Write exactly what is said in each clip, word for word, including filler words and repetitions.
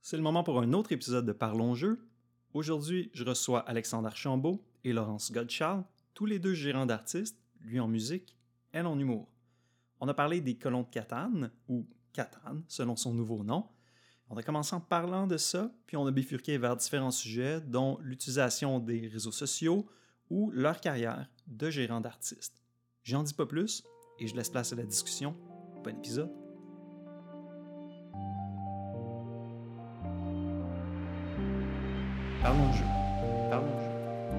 c'est le moment pour un autre épisode de Parlons Jeux. Aujourd'hui, je reçois Alexandre Archambault et Laurence Godcharles, tous les deux gérants d'artistes, lui en musique, elle en humour. On a parlé des colons de Catane, ou Catane, selon son nouveau nom. On a commencé en parlant de ça, puis on a bifurqué vers différents sujets, dont l'utilisation des réseaux sociaux ou leur carrière de gérants d'artistes. J'en dis pas plus, et je laisse place à la discussion. Bon épisode! Parlons de jeu. Parlons de jeu.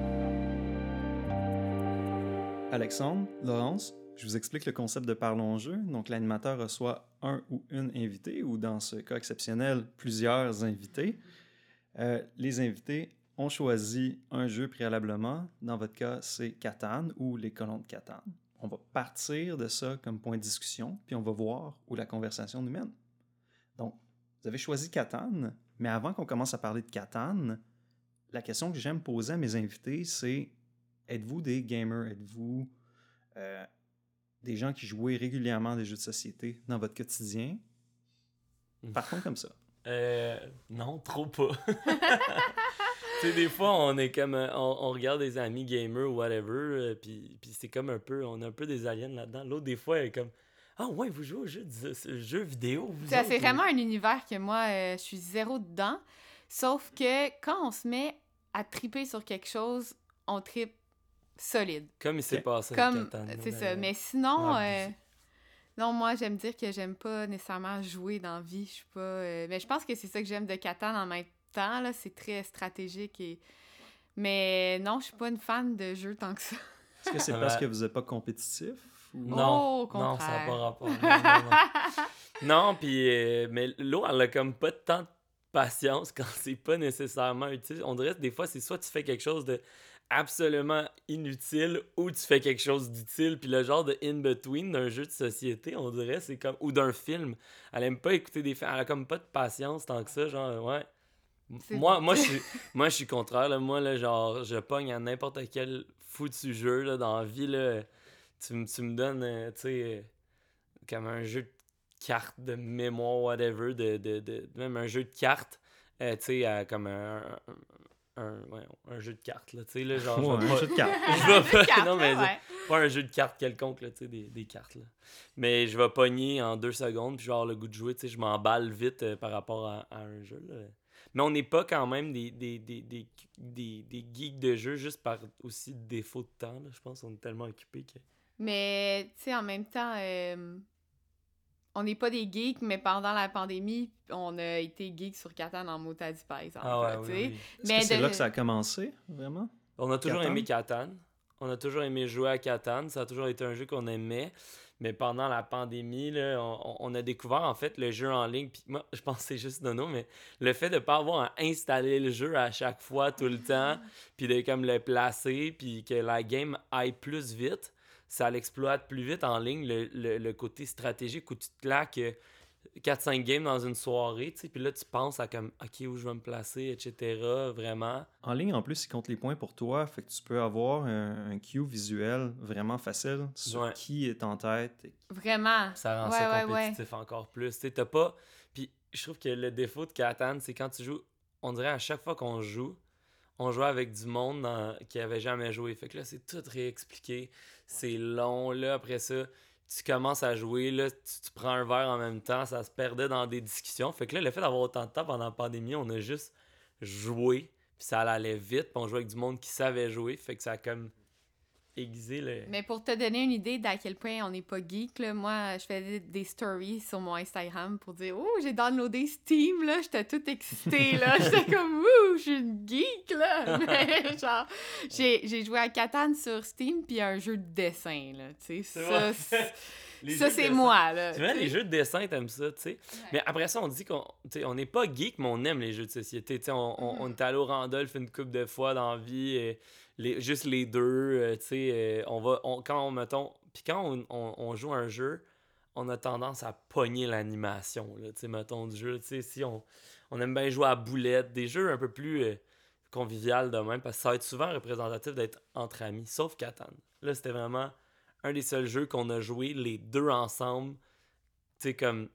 Alexandre, Laurence, je vous explique le concept de Parlons jeu. Donc, l'animateur reçoit un ou une invitée, ou dans ce cas exceptionnel, plusieurs invités. Euh, les invités ont choisi un jeu préalablement. Dans votre cas, c'est Catane ou les colons de Catane. On va partir de ça comme point de discussion, puis on va voir où la conversation nous mène. Donc, vous avez choisi Catane, mais avant qu'on commence à parler de Catane, la question que j'aime poser à mes invités, c'est êtes-vous des gamers? Êtes-vous euh, des gens qui jouent régulièrement à des jeux de société dans votre quotidien? Partons comme ça. Euh, non, trop pas. Tu sais, des fois, on est comme... On, on regarde des amis gamers ou whatever, euh, puis c'est comme un peu... On a un peu des aliens là-dedans. L'autre, des fois, elle est comme... Ah ouais, vous jouez aux jeux, jeux vidéo, vous Ça, autres, c'est ou... vraiment un univers que moi, euh, je suis zéro dedans. Sauf que quand on se met à triper sur quelque chose, on tripe solide. Comme il s'est Okay. passé Comme, avec Catane. c'est on ça. a- Mais sinon, on a euh, abusé. non, moi, j'aime dire que j'aime pas nécessairement jouer dans la vie. Je suis pas... euh, Mais je pense que c'est ça que j'aime de Catan en même temps, là. C'est très stratégique et... Mais non, je suis pas une fan de jeux tant que ça. Est-ce que c'est parce que vous n'êtes pas compétitif? Ou... Non, Oh, au non, ça n'a contraire. pas rapport. Non, non, non. Non, puis... euh, mais l'eau, elle a comme pas tant de patience quand c'est pas nécessairement utile. On dirait que des fois, c'est soit tu fais quelque chose de absolument inutile ou tu fais quelque chose d'utile. Puis le genre de in-between d'un jeu de société, on dirait, c'est comme... Ou d'un film. Elle aime pas écouter des films. Elle a comme pas de patience tant que ça, genre, ouais. C'est Moi, bon. moi, je suis, moi, je suis contraire, là. Moi, là, genre, je pogne à n'importe quel foutu jeu, là, dans la vie, là. Tu, m- tu me donnes, euh, tu sais, euh, comme un jeu de cartes, de mémoire, whatever, de, de, de, même un jeu de cartes, euh, tu sais, euh, comme un, un, un, ouais, un jeu de cartes, là, tu sais, là, genre, Ouais, je vais un pas... jeu de cartes. Je vais pas... Quatre, non, mais là, ouais. pas un jeu de cartes quelconque, là, tu sais, des, des cartes, là. Mais je vais pogner en deux secondes, puis je vais avoir le goût de jouer, tu sais, je m'emballe vite euh, par rapport à, à un jeu, là. Mais on n'est pas quand même des, des, des, des, des, des geeks de jeu juste par aussi défaut de temps, là. Je pense qu'on est tellement occupés que... Mais, tu sais, en même temps, euh, on n'est pas des geeks, mais pendant la pandémie, on a été geeks sur Catan en mot à dit, par exemple. Ah ouais, là, oui, tu sais. oui. Est-ce Mais que c'est de- là que ça a commencé, vraiment? On a toujours Catan? aimé Catane. On a toujours aimé jouer à Catane. Ça a toujours été un jeu qu'on aimait. Mais pendant la pandémie, là, on, on a découvert en fait le jeu en ligne. Puis moi, je pense que c'est juste Nono, mais le fait de ne pas avoir à installer le jeu à chaque fois, tout le temps, puis de comme le placer, puis que la game aille plus vite, ça l'exploite plus vite en ligne, le, le, le côté stratégique où tu te claques euh, quatre cinq games dans une soirée, tu sais, puis là, tu penses à comme, OK, où je vais me placer, et cetera. Vraiment. En ligne, en plus, il compte les points pour toi, fait que tu peux avoir un, un cue visuel vraiment facile sur Ouais. qui est en tête. et- Vraiment. Ça rend Ouais, ça ouais, ouais. compétitif encore plus. Tu sais, t'as pas... Puis je trouve que le défaut de Catane, c'est quand tu joues... On dirait à chaque fois qu'on joue, on joue avec du monde dans- qui avait jamais joué. Fait que là, c'est tout réexpliqué. C'est long. Là, après ça, tu commences à jouer. Là, tu, tu prends un verre en même temps. Ça se perdait dans des discussions. Fait que là, le fait d'avoir autant de temps pendant la pandémie, on a juste joué. Puis ça allait vite. Puis on jouait avec du monde qui savait jouer. Fait que ça a comme aiguisé le... Mais pour te donner une idée d'à quel point on n'est pas geek, là, moi, je faisais des stories sur mon Instagram pour dire « Oh, j'ai downloadé Steam, là! » J'étais toute excitée, là! J'étais comme « Ouh, je suis une geek, là! » Mais genre, j'ai, j'ai joué à Catan sur Steam, puis un jeu de dessin, là, tu sais. C'est Ça, vrai. c'est, Les ça jeux de c'est dessin. moi, là. Tu vois, tu sais. les jeux de dessin, t'aimes ça, tu sais. Mais après ça, on dit qu'on tu sais, on n'est pas geek, mais on aime les jeux de société. Tu sais, on, on, Mhm. on est allé au Randolph une couple de fois dans la vie, euh, les, juste les deux, euh, tu sais. euh, on va, on, quand on, mettons... Puis quand on, on, on joue un jeu, on a tendance à pogner l'animation, là, tu sais, mettons, du jeu. Tu sais, si on, on aime bien jouer à boulette, des jeux un peu plus euh, convivial de même, parce que ça va être souvent représentatif d'être entre amis, sauf Catan. Là, c'était vraiment un des seuls jeux qu'on a joué les deux ensemble, tu sais, comme... Fait que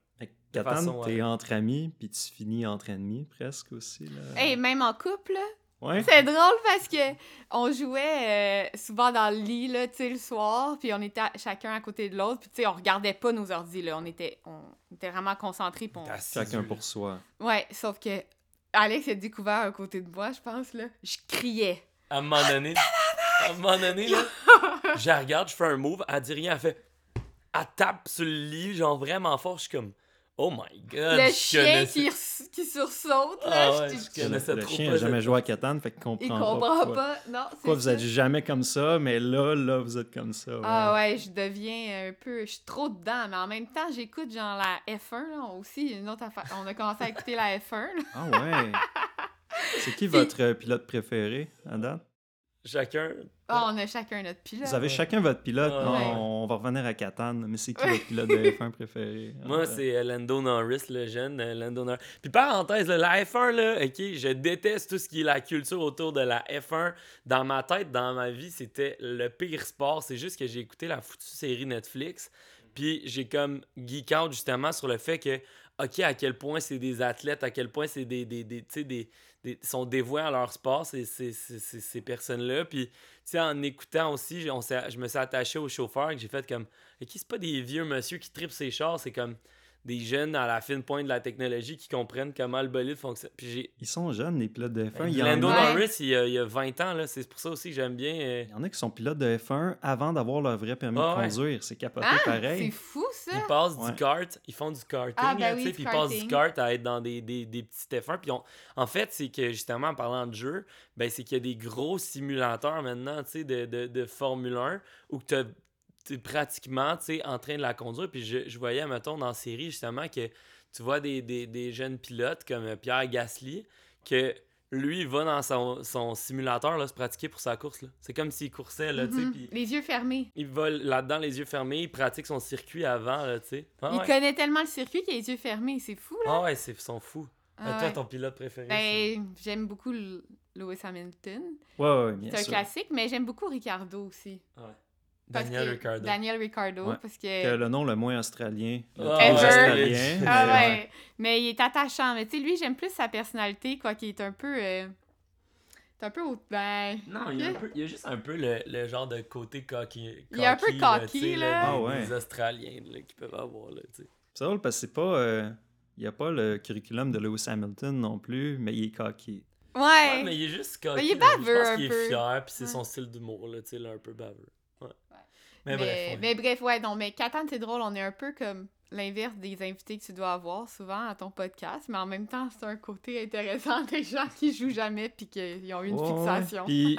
de Catan, façon... t'es euh, entre amis, puis tu finis entre ennemis, presque, aussi, là. Hey, même en couple, là. Ouais? C'est drôle parce que on jouait euh, souvent dans le lit, là, tu sais, le soir, puis on était à- chacun à côté de l'autre, puis tu sais, on regardait pas nos ordis, là. On était, on était vraiment concentrés, puis on... t'es assis, Chacun là. pour soi. Ouais, sauf que Alex a découvert à côté de moi, je pense, là. Je criais. À un moment donné, à un moment donné, là, je la regarde, je fais un move, elle dit rien, elle fait... Elle tape sur le lit, genre vraiment fort, je suis comme... Oh my God, Le je chien connaissais- qui, res- qui sursaute, là. Ah ouais, je- je je- Le, connaissais le trop chien pas n'a jamais cette- joué à Catan, fait qu'il comprend Il pas. comprend pourquoi. pas. Non, c'est Pourquoi vous ça. êtes jamais comme ça, mais là, là, vous êtes comme ça. Ah ouais, je deviens un peu... Je suis trop dedans, mais en même temps, j'écoute genre la F un, là, aussi, une autre affaire. On a commencé à écouter la F un, là. Ah ouais. C'est qui votre euh, pilote préféré, à date? Chacun... Ah, on a chacun notre pilote. Vous avez Ouais. chacun votre pilote. Ouais. Non, Ouais. on va revenir à Catan, mais c'est qui Ouais. votre pilote de F un préféré? Moi, Ah, c'est euh, Lando Norris, le jeune euh, Lando Norris. Puis parenthèse, là, la F un, là, ok, je déteste tout ce qui est la culture autour de la F un. Dans ma tête, dans ma vie, c'était le pire sport. C'est juste que j'ai écouté la foutue série Netflix. Puis j'ai comme geek out justement sur le fait que, ok, à quel point c'est des athlètes, à quel point c'est des, des, des, tu sais, des, des- sont dévoués à leur sport, ces, ces, ces, ces, ces personnes-là. Puis, tu sais, en écoutant aussi, j'ai- on s'est- je me suis attaché au chauffeur et j'ai fait comme, ok, c'est pas des vieux monsieur qui tripent ses chars, c'est comme des jeunes à la fine pointe de la technologie qui comprennent comment le bolide fonctionne. Puis j'ai... Ils sont jeunes, les pilotes de F un. Il y, en Lando a, Ouais. Norris, il y, a, il y a vingt ans, là, c'est pour ça aussi que j'aime bien... euh, il y en a qui sont pilotes de F un avant d'avoir leur vrai permis Ah de ouais. conduire. C'est capoté Ah, pareil. c'est fou, ça! Ils passent Ouais. du kart, ils font du karting, Ah, ben là, oui, tu sais, du puis ils passent du karting. kart à être dans des, des, des petits F un. Puis on- en fait, c'est que justement, en parlant de jeu, ben, c'est qu'il y a des gros simulateurs maintenant, tu sais, de, de, de Formule un où tu es pratiquement, tu sais, en train de la conduire. Puis je, je voyais, mettons, dans la série, justement, que tu vois des, des, des jeunes pilotes comme euh, Pierre Gasly, que lui, il va dans son, son simulateur là, se pratiquer pour sa course. Là. C'est comme s'il coursait, là, tu sais, Mhm. puis Les yeux fermés. il va là-dedans, les yeux fermés, il pratique son circuit avant, là, tu sais. Ah Il ouais. connaît tellement le circuit qu'il a les yeux fermés. C'est fou, là. Ah ouais, c'est, ils sont fous. Ah Euh, toi, ouais. ton pilote préféré? Ben, j'aime beaucoup le- Lewis Hamilton. Ouais, ouais, bien C'est un sûr. classique, mais j'aime beaucoup Ricardo aussi. c'est... Ouais. Parce Daniel que- Ricciardo. Daniel Ricciardo, Ouais. parce Que que... le nom le moins australien. Le Ah plus ouais. australien. Ah mais ouais, mais il est attachant. Mais tu sais, lui, j'aime plus sa personnalité, quoi, qui est un peu... euh, C'est un peu... au- Ben... Non, il y, a un peu, il y a juste un peu le, le genre de côté cocky. Il est un peu là, cocky, tu sais, là. Ah des, ouais. des Australiens là, qui peuvent avoir, là, tu sais. C'est drôle parce que c'est pas. euh, Il n'y a pas le curriculum de Lewis Hamilton non plus, mais il est cocky. Ouais! Ouais, mais il est juste cocky. Mais il est là. baveux Je pense un qu'il est peu. fier, puis c'est Ouais. son style d'humour, là, tu sais, là, un peu baveux. Ouais. Ouais. Mais, Mais, bref, ouais. mais bref, ouais, non, mais Catan, c'est drôle, on est un peu comme l'inverse des invités que tu dois avoir souvent à ton podcast, mais en même temps, c'est un côté intéressant des gens qui jouent jamais puis qui ont eu une Ouais, fixation. Puis, Ouais.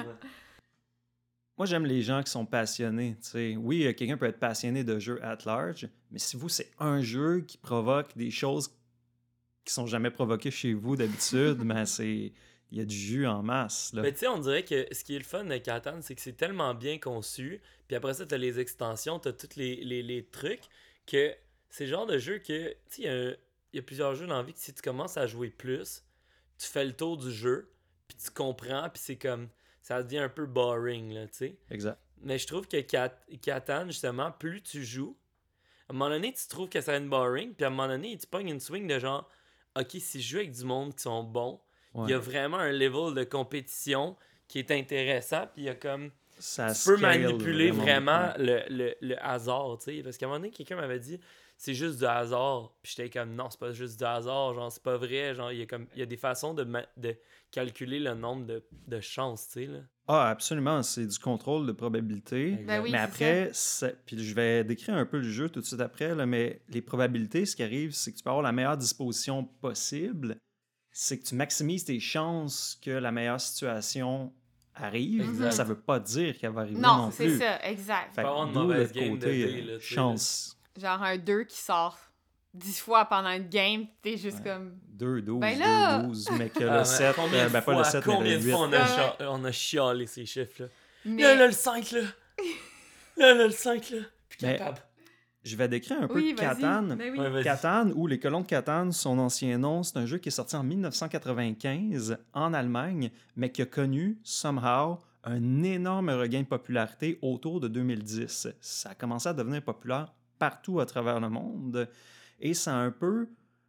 moi, j'aime les gens qui sont passionnés. tu sais. Oui, euh, quelqu'un peut être passionné de jeux at large, mais si vous, c'est un jeu qui provoque des choses qui sont jamais provoquées chez vous d'habitude, ben c'est. Il y a du jus en masse. Là. Mais tu sais, on dirait que ce qui est le fun de Catan, c'est que c'est tellement bien conçu. Puis après ça, t'as les extensions, t'as tous les, les, les trucs, que c'est le genre de jeu que, tu sais, il y a- il y, a plusieurs jeux dans la vie que si tu commences à jouer plus, tu fais le tour du jeu, puis tu comprends, puis c'est comme, ça devient un peu boring, là, tu sais. Exact. Mais je trouve que Cat- Catan, justement, plus tu joues, à un moment donné, tu trouves que ça va être boring, puis à un moment donné, tu pognes une swing de genre, ok, si je joue avec du monde qui sont bons, il Ouais. y a vraiment un level de compétition qui est intéressant, puis il y a comme... Ça Tu peux scale manipuler vraiment, beaucoup. le, le, le hasard, tu sais. Parce qu'à un moment donné, quelqu'un m'avait dit, c'est juste du hasard. Puis j'étais comme, non, c'est pas juste du hasard, genre, c'est pas vrai. Genre, il y a comme, il y a des façons de, ma- de calculer le nombre de, de chances, tu sais, là. Ah, absolument. C'est du contrôle de probabilité. Ben oui, mais c'est après, c'est- puis je vais décrire un peu le jeu tout de suite après, là, mais les probabilités, ce qui arrive, c'est que tu peux avoir la meilleure disposition possible. C'est que tu maximises tes chances que la meilleure situation arrive. Exact. Ça veut pas dire qu'elle va arriver Non, non, c'est plus. ça, exact. Fait Pas avoir que une d'où mauvaise le game de côté dés, euh, là, tu sais, chance. Genre un deux qui sort dix fois pendant une game, t'es juste Ouais. comme... deux douze, Ben là! deux douze, mais que Ah, le mais sept, combien euh, de ben pas le fois- sept, mais combien le de huit. fois on a, Ouais. chia- on a chialé ces chiffres-là? Mais... Là, là, le cinq, là! Là, là, le cinq, là! Plus Mais- capable. Je vais décrire un peu Oui, vas-y. Catan. Ben oui. Ouais, vas-y. Catan, ou Les Colons de Catan, son ancien nom, c'est un jeu qui est sorti en dix-neuf cent quatre-vingt-quinze en Allemagne, mais qui a connu, somehow, un énorme regain de popularité autour de deux mille dix. Ça a commencé à devenir populaire partout à travers le monde, et ça a un peu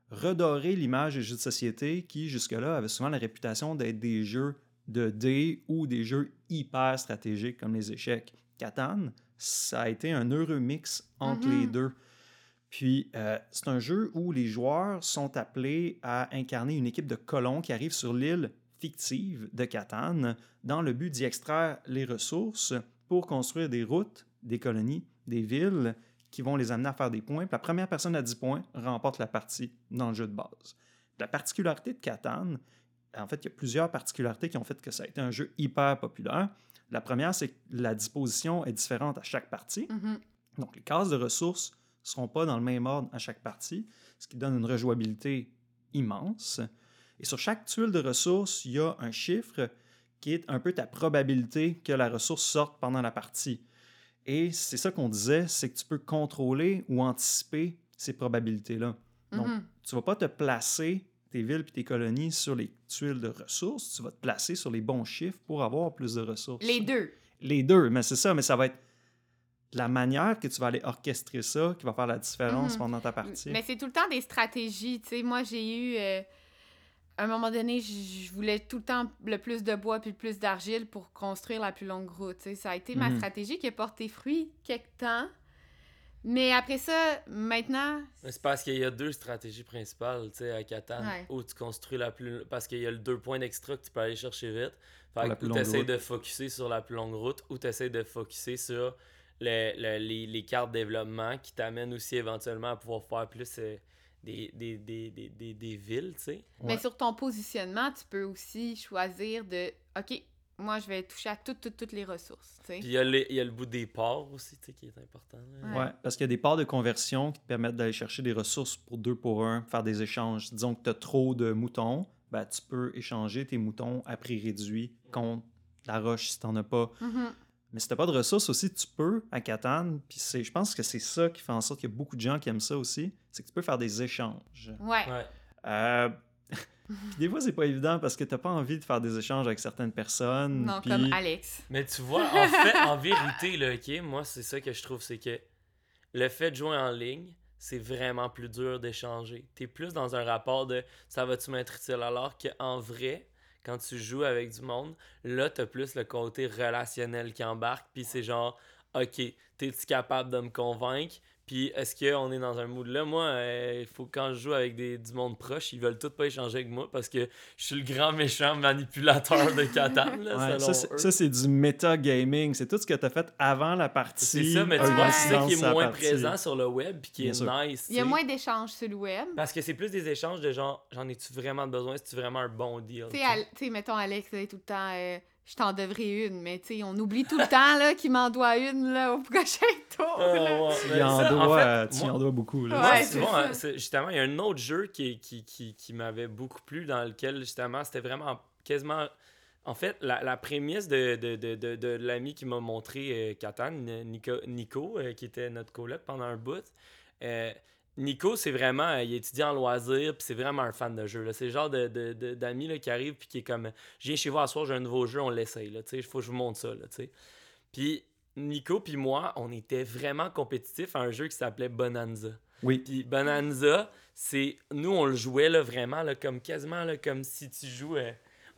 redorer l'image des jeux de société qui, jusque-là, avaient souvent la réputation d'être des jeux de dés ou des jeux hyper stratégiques comme les échecs. Catan, ça a été un heureux mix entre Mhm. les deux. Puis, euh, c'est un jeu où les joueurs sont appelés à incarner une équipe de colons qui arrive sur l'île fictive de Catan dans le but d'y extraire les ressources pour construire des routes, des colonies, des villes qui vont les amener à faire des points. Puis la première personne à dix points remporte la partie dans le jeu de base. La particularité de Catan, en fait, il y a plusieurs particularités qui ont fait que ça a été un jeu hyper populaire. La première, c'est que la disposition est différente à chaque partie. Mhm. Donc, les cases de ressources ne seront pas dans le même ordre à chaque partie, ce qui donne une rejouabilité immense. Et sur chaque tuile de ressources, il y a un chiffre qui est un peu ta probabilité que la ressource sorte pendant la partie. Et c'est ça qu'on disait, c'est que tu peux contrôler ou anticiper ces probabilités-là. Donc, Mhm. tu ne vas pas te placer tes villes et tes colonies sur les tuiles de ressources, tu vas te placer sur les bons chiffres pour avoir plus de ressources. Les deux. Les deux, mais c'est ça, mais ça va être la manière que tu vas aller orchestrer ça qui va faire la différence Mhm. pendant ta partie. Mais c'est tout le temps des stratégies. Tu sais, moi, j'ai eu... euh, à un moment donné, je je voulais tout le temps le plus de bois puis le plus d'argile pour construire la plus longue route. Tu sais, ça a été ma Mhm. stratégie qui a porté fruit quelque temps. Mais après ça, maintenant... Mais c'est parce qu'il y a deux stratégies principales, tu sais, à Catan, Ouais. où tu construis la plus... Parce qu'il y a le deux points d'extra que tu peux aller chercher vite. Pour Fait la que plus ou longue t'essaies route. de focusser sur la plus longue route, ou t'essaies de focusser sur le- le- les, les cartes développement qui t'amènent aussi éventuellement à pouvoir faire plus euh, des, des, des, des, des, des villes, tu sais. Mais Ouais. sur ton positionnement, tu peux aussi choisir de... OK, moi, je vais toucher à toutes, toutes, toutes les ressources. Tu sais. Puis il y, a les- il y a le bout des ports aussi, tu sais, qui est important. là. Ouais. Ouais, parce qu'il y a des parts de conversion qui te permettent d'aller chercher des ressources pour deux pour un, faire des échanges. Disons que tu as trop de moutons, ben, tu peux échanger tes moutons à prix réduit contre la roche si tu n'en as pas. Mhm. Mais si tu n'as pas de ressources aussi, tu peux à Catan. Puis c'est- je pense que c'est ça qui fait en sorte qu'il y a beaucoup de gens qui aiment ça aussi, c'est que tu peux faire des échanges. Ouais. Ouais. Euh, puis des fois, c'est pas évident parce que tu n'as pas envie de faire des échanges avec certaines personnes. Non, puis- comme Alex. Mais tu vois, en fait, en vérité, là, ok, moi, c'est ça que je trouve, c'est que le fait de jouer en ligne, c'est vraiment plus dur d'échanger. T'es plus dans un rapport de ça va-tu m'être utile, alors qu'en vrai, quand tu joues avec du monde, là, t'as plus le côté relationnel qui embarque, puis c'est genre, ok, t'es-tu capable de me convaincre? Puis est-ce qu'on est dans un mood là? Moi, euh, il faut quand je joue avec des, du monde proche, ils veulent tous pas échanger avec moi parce que je suis le grand méchant manipulateur de Catan, là, Ouais, selon ça, c'est- eux. ça, c'est du méta-gaming. C'est tout ce que tu as fait avant la partie. C'est ça, mais tu un vois, Ouais. c'est ça qui silence à est la moins partie. présent sur le web puis qui Bien est sûr. nice. Il y a tu sais. moins d'échanges sur le web. Parce que c'est plus des échanges de genre, j'en ai-tu vraiment besoin? C'est-tu vraiment un bon deal? Tu tu sais, sais? Al- tu sais, mettons, Alex, là, tout le temps, euh, je t'en devrais une, mais tu sais, on oublie tout le temps là, qu'il m'en doit une là, au prochain tour. Ah, là. ouais, Tu mais y en ça, en dois, fait, euh, tu y moi- en dois beaucoup. Là. Moi, Ouais, c'est c'est bon, ça. hein, c'est- justement, il y a un autre jeu qui, qui, qui, qui m'avait beaucoup plu dans lequel, justement, c'était vraiment quasiment... En fait, la, la prémisse de, de, de, de, de l'ami qui m'a montré euh, Catan, Nico, Nico euh, qui était notre coloc pendant un bout, euh, Nico, c'est vraiment, euh, il étudie en loisir, puis c'est vraiment un fan de jeu. là. C'est le genre de, de, de- d'ami là, qui arrive, puis qui est comme, je viens chez vous à soir, j'ai un nouveau jeu, on l'essaye, là, tu sais, il faut que je vous montre ça, là, tu sais. Puis Nico puis moi, on était vraiment compétitifs à un jeu qui s'appelait Bonanza. Oui. Puis Bonanza, c'est nous on le jouait là vraiment là, comme quasiment là, comme si tu jouais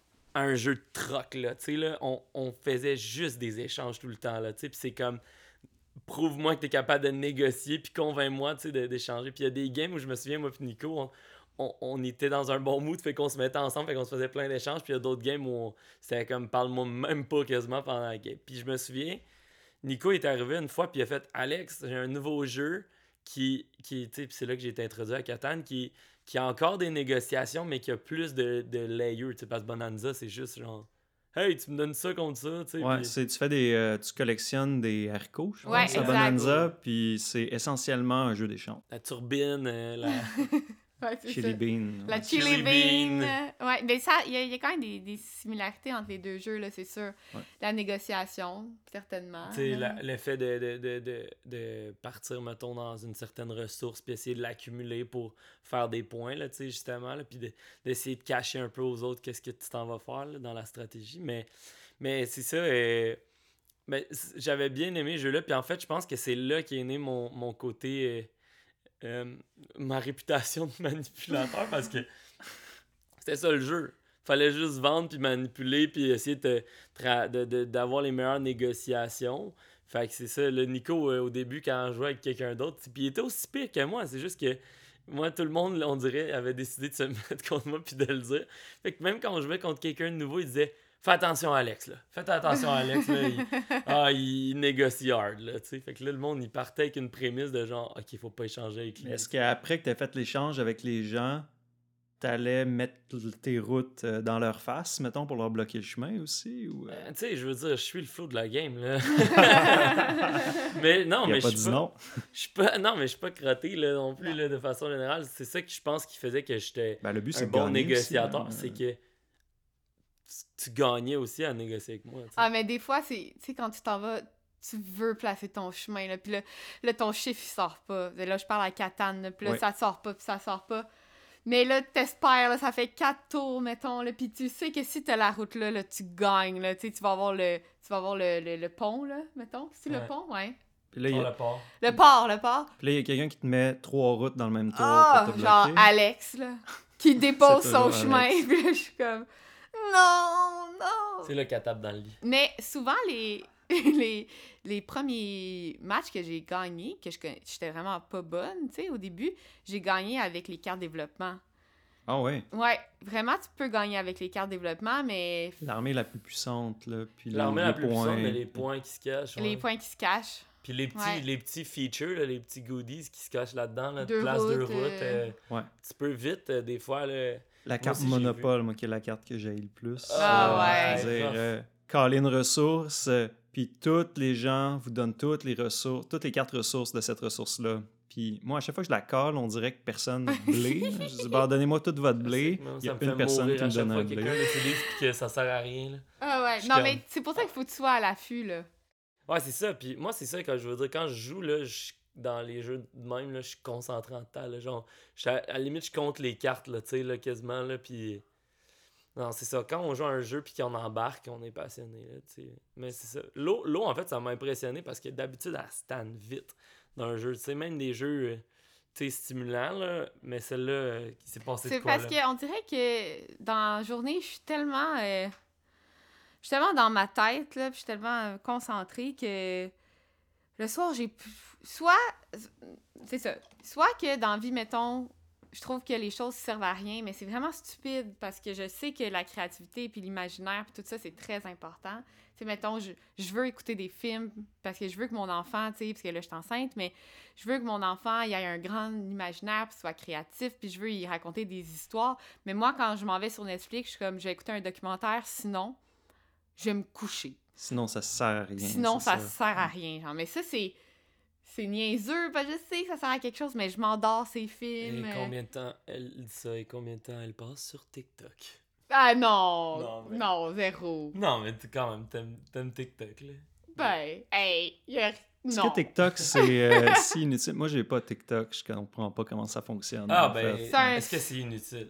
à un jeu de troc là, tu sais là, on, on faisait juste des échanges tout le temps là, tu sais, puis c'est comme prouve-moi que t'es capable de négocier puis convainc-moi, tu sais, de- d'échanger. Puis il y a des games où je me souviens moi puis Nico, on, on, on était dans un bon mood, fait qu'on se mettait ensemble, fait qu'on se faisait plein d'échanges, puis il y a d'autres games où on- c'était comme parle-moi même pas quasiment pendant la game. Puis je me souviens, Nico est arrivé une fois, puis il a fait Alex, j'ai un nouveau jeu qui, qui tu sais, puis c'est là que j'ai été introduit à Catan, qui, qui a encore des négociations, mais qui a plus de, de layers, tu sais, parce que Bonanza, c'est juste genre Hey, tu me donnes ça contre ça, tu sais. Ouais, puis- c'est, tu fais des, euh, tu collectionnes des haricots, je pense, Ouais, à exact. Bonanza, puis c'est essentiellement un jeu d'échange. La turbine, euh, la... Ouais, c'est Chili ça. bean. La ouais. chili, Chili bean. bean. euh, Ouais, mais ça, il y, a- il y a quand même des, des similarités entre les deux jeux, là, c'est sûr. Ouais. La négociation, certainement. Tu sais, là. la- le fait de, de, de, de, de partir, mettons, dans une certaine ressource, puis essayer de l'accumuler pour faire des points, là, tu sais, justement, là, puis de- d'essayer de cacher un peu aux autres qu'est-ce que tu t'en vas faire là, dans la stratégie. Mais, mais c'est ça, euh, mais c- j'avais bien aimé ce jeu-là, puis en fait, je pense que c'est là qu'est né mon, mon côté... euh, euh, ma réputation de manipulateur parce que c'était ça le jeu. Fallait juste vendre, puis manipuler, puis essayer de, tra- de, de- d'avoir les meilleures négociations. Fait que c'est ça, le Nico, euh, au début, quand on jouait avec quelqu'un d'autre, puis il était aussi pire que moi, c'est juste que moi, tout le monde, on dirait, avait décidé de se mettre contre moi puis de le dire. Fait que même quand on jouait contre quelqu'un de nouveau, il disait « Fais attention à Alex, là. Faites attention à Alex, là. Il, ah, il négocie hard, là. » Tu sais, fait que là, le monde, il partait avec une prémisse de genre « Ok, faut pas échanger avec lui. » Est-ce qu'après que tu as fait l'échange avec les gens, t'allais mettre tes routes euh, dans leur face, mettons, pour leur bloquer le chemin aussi? Ou, euh... Euh, tu sais, je veux dire, je suis le flow de la game, là. mais non, Il a mais pas je dit suis pas... non. Je suis pas... Non, mais je suis pas crotté, là, non plus, là, de façon générale. C'est ça que je pense qui faisait que j'étais Ben, le but, c'est un de bon gagner négociateur. aussi, hein. C'est que tu- tu gagnais aussi à négocier avec moi, tu sais. Ah, mais des fois, c'est, tu sais, quand tu t'en vas, tu veux placer ton chemin, là, puis là, là, ton chiffre, il sort pas. Là, je parle à Catane, là, puis là, Ouais. ça sort pas, puis ça sort pas. Mais là, t'espères, là, ça fait quatre tours, mettons, là, puis tu sais que si t'as la route là, là tu gagnes, là, tu sais, tu vas avoir le, tu vas avoir le, le, le pont, là, mettons. C'est Ouais. le pont, ouais. Puis là, il y Sur a, le port. Le port, le port. puis là, il y a quelqu'un qui te met trois routes dans le même tour Ah, pour te genre bloquer. Alex, là, qui dépose C'est son toujours chemin, Alex. puis là, je suis comme, non, non. C'est là qu'elle tape dans le lit. Mais souvent, les, les, les premiers matchs que j'ai gagnés, que je conna- j'étais vraiment pas bonne, tu sais, au début, j'ai gagné avec les cartes développement. Ah ouais, Ouais, vraiment, tu peux gagner avec les cartes développement, mais l'armée la plus puissante, là, puis les- L'armée la les plus points. puissante, mais les points qui se cachent. les ouais. points qui se cachent. Puis les petits, Ouais. les petits features, là, les petits goodies qui se cachent là-dedans, là, de Deux place deux routes, routes. euh, euh, Ouais. Tu peux vite, euh, des fois, là... La carte aussi, j'ai Monopole, moi, qui est la carte que j'ai le plus. Ah Euh, ouais. C'est-à-dire, rough. euh, caler une ressource, euh, puis toutes les gens vous donnent toutes les ressources, toutes les quatre ressources de cette ressource-là. Puis moi, à chaque fois que je la colle, on dirait que personne blé. Je dis, bah, donnez-moi tout votre blé. Moi, Il y a ça me une fait personne mourir qui à me chaque donne fois un que blé. quelqu'un l'utilise puis que ça sert à rien, là. Ah ouais, Je suis non, comme- mais c'est pour ça qu'il faut que tu sois à l'affût, là. Ouais, c'est ça. Puis moi, c'est ça, quand je veux dire, quand je joue, là, je- dans les jeux de même, là, je suis concentré en temps, là, genre, je suis à, à la limite, je compte les cartes, là, tu sais, là, quasiment, là, puis... Non, c'est ça. Quand on joue à un jeu puis qu'on embarque, on est passionné, là, tu sais. Mais c'est ça. L'eau, l'eau, en fait, ça m'a impressionné parce que d'habitude, elle se tanne vite dans un jeu. Tu sais, même des jeux, euh, tu sais, stimulants, là, mais celle-là, euh, qui s'est passé de C'est quoi, parce là? qu'on dirait que dans la journée, je suis tellement... euh, je suis tellement dans ma tête, là, puis je suis tellement euh, concentrée que le soir, j'ai... pu- Soit... C'est ça. Soit que dans la vie, mettons, je trouve que les choses servent à rien, mais c'est vraiment stupide parce que je sais que la créativité puis l'imaginaire puis tout ça, c'est très important. Tu sais, mettons, je, je veux écouter des films parce que je veux que mon enfant, tu sais, parce que là, je suis enceinte, mais je veux que mon enfant, il ait un grand imaginaire puis soit créatif, puis je veux y raconter des histoires. Mais moi, quand je m'en vais sur Netflix, je suis comme, je vais écouter un documentaire, sinon, je vais me coucher. Sinon, ça sert à rien. Sinon, c'est ça, sert à rien. Genre. Mais ça, c'est... C'est niaiseux, parce que je sais que ça sert à quelque chose, mais je m'endors ces Et films. euh. combien de temps elle dit ça et combien de temps elle passe sur TikTok? Ah non! Non, Non, mais- zéro. Non, mais tu quand même, t'aimes, t'aimes TikTok, là. Ben, hey, y a... Est-ce Non. que TikTok, c'est euh, si inutile? Moi, j'ai pas TikTok. Je comprends pas comment ça fonctionne. Ah, en ben, fait. C'est un- est-ce que c'est inutile?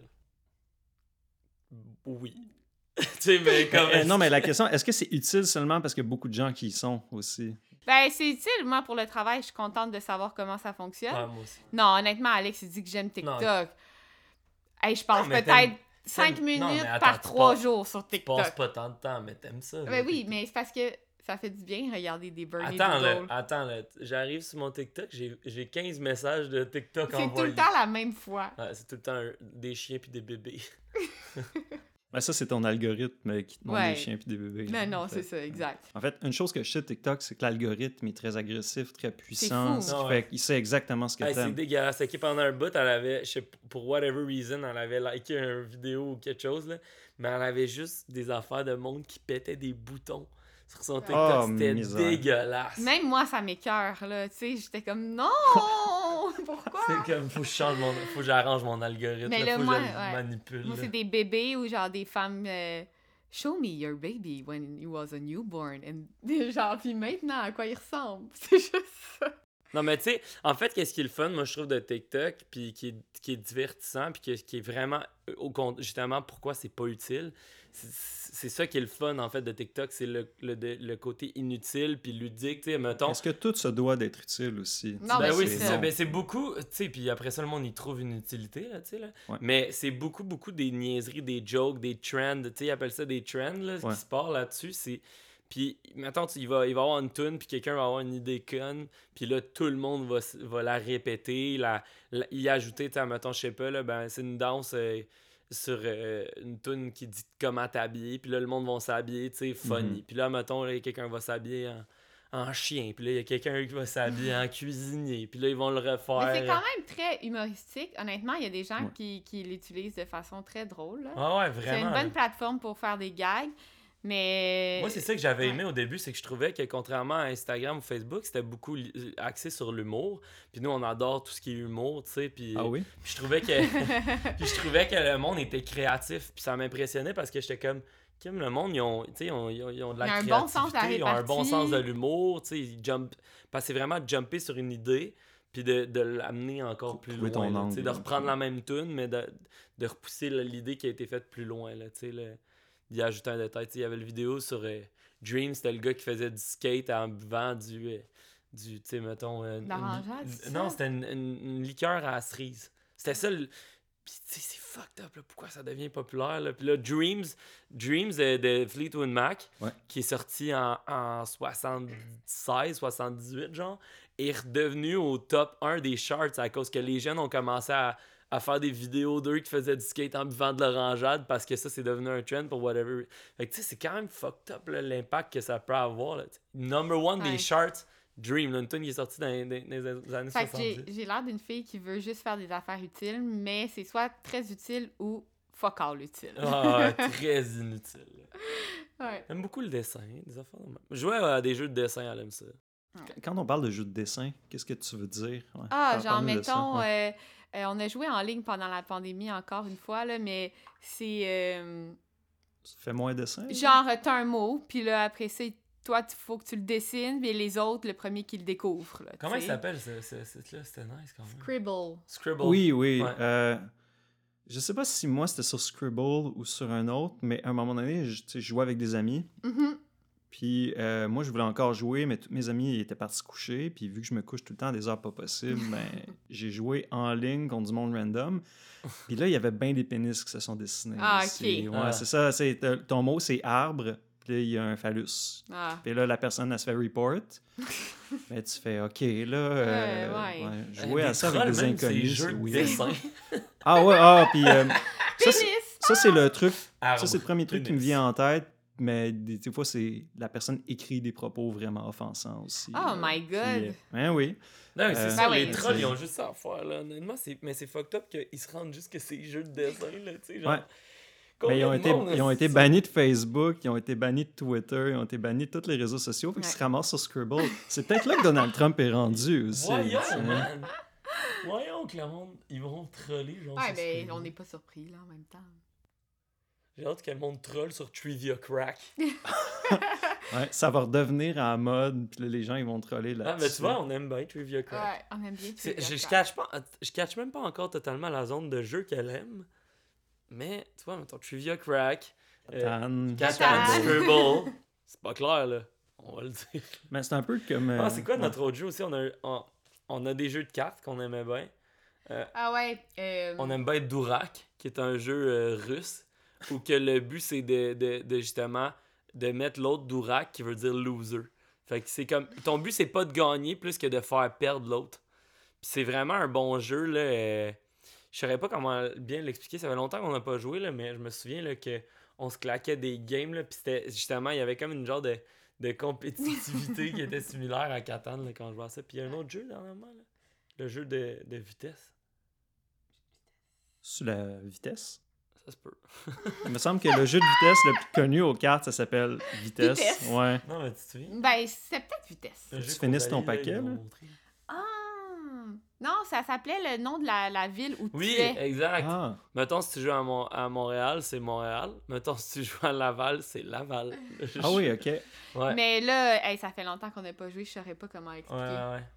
Oui. tu sais, mais comme... Euh, non, mais la question, est-ce que c'est utile seulement parce qu'il y a beaucoup de gens qui y sont aussi? Ben, c'est utile, moi, pour le travail, je suis contente de savoir comment ça fonctionne. Ouais, moi aussi. Non, honnêtement, Alex, il dit que j'aime TikTok. Hey, je passe Non, mais peut-être t'aimes- cinq t'aimes- minutes non, mais attends, par tu trois passes- jours sur Tu passes TikTok. pas tant de temps, mais t'aimes ça. Ben là, oui, TikTok. mais c'est parce que ça fait du bien regarder des Bernie Attends, là, Doodle. attends, là. J'arrive sur mon TikTok, j'ai, j'ai quinze messages de TikTok C'est tout envoyés. le temps la même fois. Ouais, c'est tout le temps un- des chiens puis des bébés. Ben, ça, c'est ton algorithme qui te montre Ouais. des chiens puis des bébés. Non, en non, fait. c'est ça, exact. En fait, une chose que je sais de TikTok, c'est que l'algorithme est très agressif, très puissant. fou. Ce qui Ah fait ouais. qu'il sait exactement ce que Hey, c'est t'aimes. dégueulasse. Ok, pendant un bout, elle avait, je sais, p- pour whatever reason, elle avait liké une vidéo ou quelque chose, là, mais elle avait juste des affaires de monde qui pétait des boutons sur son TikTok. Oh, C'était misère. dégueulasse. Même moi, ça m'écœure, là. Tu sais, j'étais comme, non! Pourquoi? C'est comme, faut que je change mon, faut que j'arrange mon algorithme, Mais là, là, faut moi, que je le ouais. manipule. Moi, là. c'est des bébés ou genre des femmes. euh, Show me your baby when he was a newborn. And... Genre, puis maintenant, à quoi il ressemble? C'est juste ça. Non, mais tu sais, en fait, qu'est-ce qui est le fun, moi, je trouve, de TikTok, puis qui est, qui est divertissant, puis qui, qui est vraiment, au con- justement, pourquoi c'est pas utile, c'est, c'est ça qui est le fun, en fait, de TikTok, c'est le, le, de- le côté inutile, puis ludique, tu sais, mettons. Est-ce que tout se doit d'être utile aussi? Non, Ben ben, oui, c'est c'est ça. ça. Ben, c'est beaucoup, tu sais, puis après ça, le monde, il trouve une utilité, là, tu sais, là. Ouais. Mais c'est beaucoup, beaucoup des niaiseries, des jokes, des trends, tu sais, ils appellent ça des trends, là, Ouais. qui se parlent là-dessus, c'est... Puis, mettons, tu- il va, il va avoir une tune, puis quelqu'un va avoir une idée conne, puis là, tout le monde va, s- va la répéter, la, la- y ajouter, tu sais, mettons, je sais pas, là, ben, c'est une danse euh, sur euh, une tune qui dit comment t'habiller, puis là, le monde va s'habiller, tu sais, funny. Mhm. Puis là, mettons, là, quelqu'un va s'habiller en, en chien, puis là, il y a quelqu'un qui va s'habiller en cuisinier, puis là, ils vont le refaire. Mais c'est quand même très humoristique. Honnêtement, il y a des gens Ouais. qui, qui l'utilisent de façon très drôle. Là. Ah ouais, C'est vraiment. une bonne plateforme pour faire des gags, mais... Moi, c'est ça que j'avais Ouais. aimé au début, c'est que je trouvais que contrairement à Instagram ou Facebook, c'était beaucoup li- axé sur l'humour. Puis nous, on adore tout ce qui est humour, tu sais. Puis, Ah oui? puis je trouvais que puis je trouvais que le monde était créatif. Puis ça m'impressionnait parce que j'étais comme, comme le monde, ils ont, tu sais, ils ont, ils ont, ils ont de la Ils ont un créativité, bon sens de la ils ont un bon répartie. sens de l'humour, tu sais. Ils jump... Parce que c'est vraiment jumper sur une idée, puis de, de l'amener encore plus Trouver loin. ton là, angle, tu sais, de là. reprendre la même tune, mais de, de repousser là, l'idée qui a été faite plus loin, là, tu sais. Là. Il a ajouté un détail. Tu sais, il y avait le vidéo sur euh, Dream, c'était le gars qui faisait du skate en buvant du, euh, du tu sais, mettons... euh, une- L'orangeade, une- c'est Non, ça? c'était une, une- une liqueur à la cerise. C'était ça, le... Puis, tu sais, c'est fucked up, là, pourquoi ça devient populaire, là. Puis là, Dreams, Dreams euh, de Fleetwood Mac, Ouais. qui est sorti en, en soixante-seize, soixante-dix-huit, genre, est redevenu au top un des charts à cause que les jeunes ont commencé à à faire des vidéos d'eux qui faisaient du skate en buvant de l'orangeade parce que ça, c'est devenu un trend pour whatever. Fait que tu sais, c'est quand même fucked up là, l'impact que ça peut avoir. Là, t'sais. Number one Ouais. des charts, Dream, là, une tune qui est sortie dans, dans- dans les années Fait que j'ai, soixante-dix. j'ai l'air d'une fille qui veut juste faire des affaires utiles, mais c'est soit très utile ou fuck all utile. Ah, ouais, très inutile. là. Ouais. J'aime beaucoup le dessin, des affaires de même. Je jouais à des jeux de dessin, elle aime ça. Quand on parle de jeu de dessin, qu'est-ce que tu veux dire? Ouais. Ah, Par- genre, parle-nous de ça, mettons, ouais. euh, euh, on a joué en ligne pendant la pandémie encore une fois, là, mais c'est euh, Fais-moi un dessin. là. genre, euh, t'as un mot, puis là, après ça, toi, il faut que tu le dessines, mais les autres, le premier qui le découvre. Là, Comment tu il sais. s'appelle ce, ce site-là? C'était nice quand même. Scribble. Scribble. Oui, oui. Ouais. euh, je sais pas si moi c'était sur Scribble ou sur un autre, mais à un moment donné, je, tu sais, je jouais avec des amis. Mhm. Puis euh, moi, je voulais encore jouer, mais tous mes amis ils étaient partis se coucher. Puis vu que je me couche tout le temps à des heures pas possibles, ben, j'ai joué en ligne contre du monde random. Puis là, il y avait bien des pénis qui se sont dessinés. Ah, C'est- ok. Ouais, Ah. c'est ça. C'est, t'as- ton mot, c'est arbre. Puis là, il y a un phallus. Ah. Puis là, la personne, elle se fait report. Mais tu fais, OK, là, euh, Ouais, ouais. ouais, Euh, jouer à des ça avec trolls, des même, ces inconnus, jeux c'est de weird. dessin. Ah ouais, ah, puis euh, ça, c'est- Pénis! ça, c'est le truc. Arbre, Ça, c'est le premier truc qui me pénis. vient en tête. Mais des, des fois, c'est la personne écrit des propos vraiment offensants aussi. Oh là. my Puis, God! euh, ben oui. Non, mais c'est Euh, ça, Ben les oui. trolls, c'est- ils ont juste ça à faire, là. Honnêtement, c'est... mais c'est fucked up qu'ils se rendent juste que c'est jeux de dessin, là, tu sais, genre... Ouais. Mais ils ont, Combien de été, monde, ils ont été c'est- bannis de Facebook, ils ont été bannis de Twitter, ils ont été bannis de tous les réseaux sociaux, fait qu'ils Ouais. se ramassent sur Scribble. C'est peut-être là que Donald Trump est rendu aussi. Voyons, tu sais. man! Voyons que le monde, ils vont troller, genre, Ouais, sur ben, Scribble. on n'est pas surpris, là, en même temps. J'ai hâte que le monde troll sur Trivia Crack. Ouais, ça va redevenir en mode, puis là, les gens ils vont troller là. Ah, mais tu vois, on aime bien Trivia Crack. Ouais, on aime bien. C'est- Trivia je, je, Crack. catch pas, je catch même pas encore totalement la zone de jeu qu'elle aime. Mais, tu vois, mettons, Trivia Crack, euh, Catan. Catan, Catan. Scribble, c'est pas clair, là. On va le dire. Mais c'est un peu comme. euh, Ah, c'est quoi ouais. notre autre jeu aussi? On a, on, on a des jeux de cartes qu'on aimait bien. Ah ouais. euh, On aime bien Dourak, qui est un jeu euh, russe, où que le but, c'est de, de, de justement de mettre l'autre Dourak, qui veut dire loser. Fait que c'est comme... Ton but, c'est pas de gagner plus que de faire perdre l'autre. Puis c'est vraiment un bon jeu, là. euh, Je saurais pas comment bien l'expliquer. Ça fait longtemps qu'on n'a pas joué, là, mais je me souviens là, que on se claquait des games, là, puis c'était justement, il y avait comme une genre de, de compétitivité qui était similaire à Catan là, quand je vois ça. Puis il y a un autre jeu, dernièrement, là. Le jeu de, de vitesse. Sur la vitesse. Ça se peut. Il me semble que le jeu de vitesse le plus connu aux cartes, ça s'appelle Vitesse. Vitesse. Ouais. Non, mais tu te souviens? Ben, c'est peut-être vitesse. Le tu jeu finisses ton qu'on valait, paquet, ils m'ont là? montré. Ah! Non, ça s'appait le nom de la, la ville où Oui, tu es. exact. Ah, Mettons, si tu joues à, Mon- à Montréal, c'est Montréal. Mettons, si tu joues à Laval, c'est Laval. ah oui, ok. Ouais. Mais là, hey, ça fait longtemps qu'on n'a pas joué, je saurais pas comment Ouais, expliquer. ouais, ouais.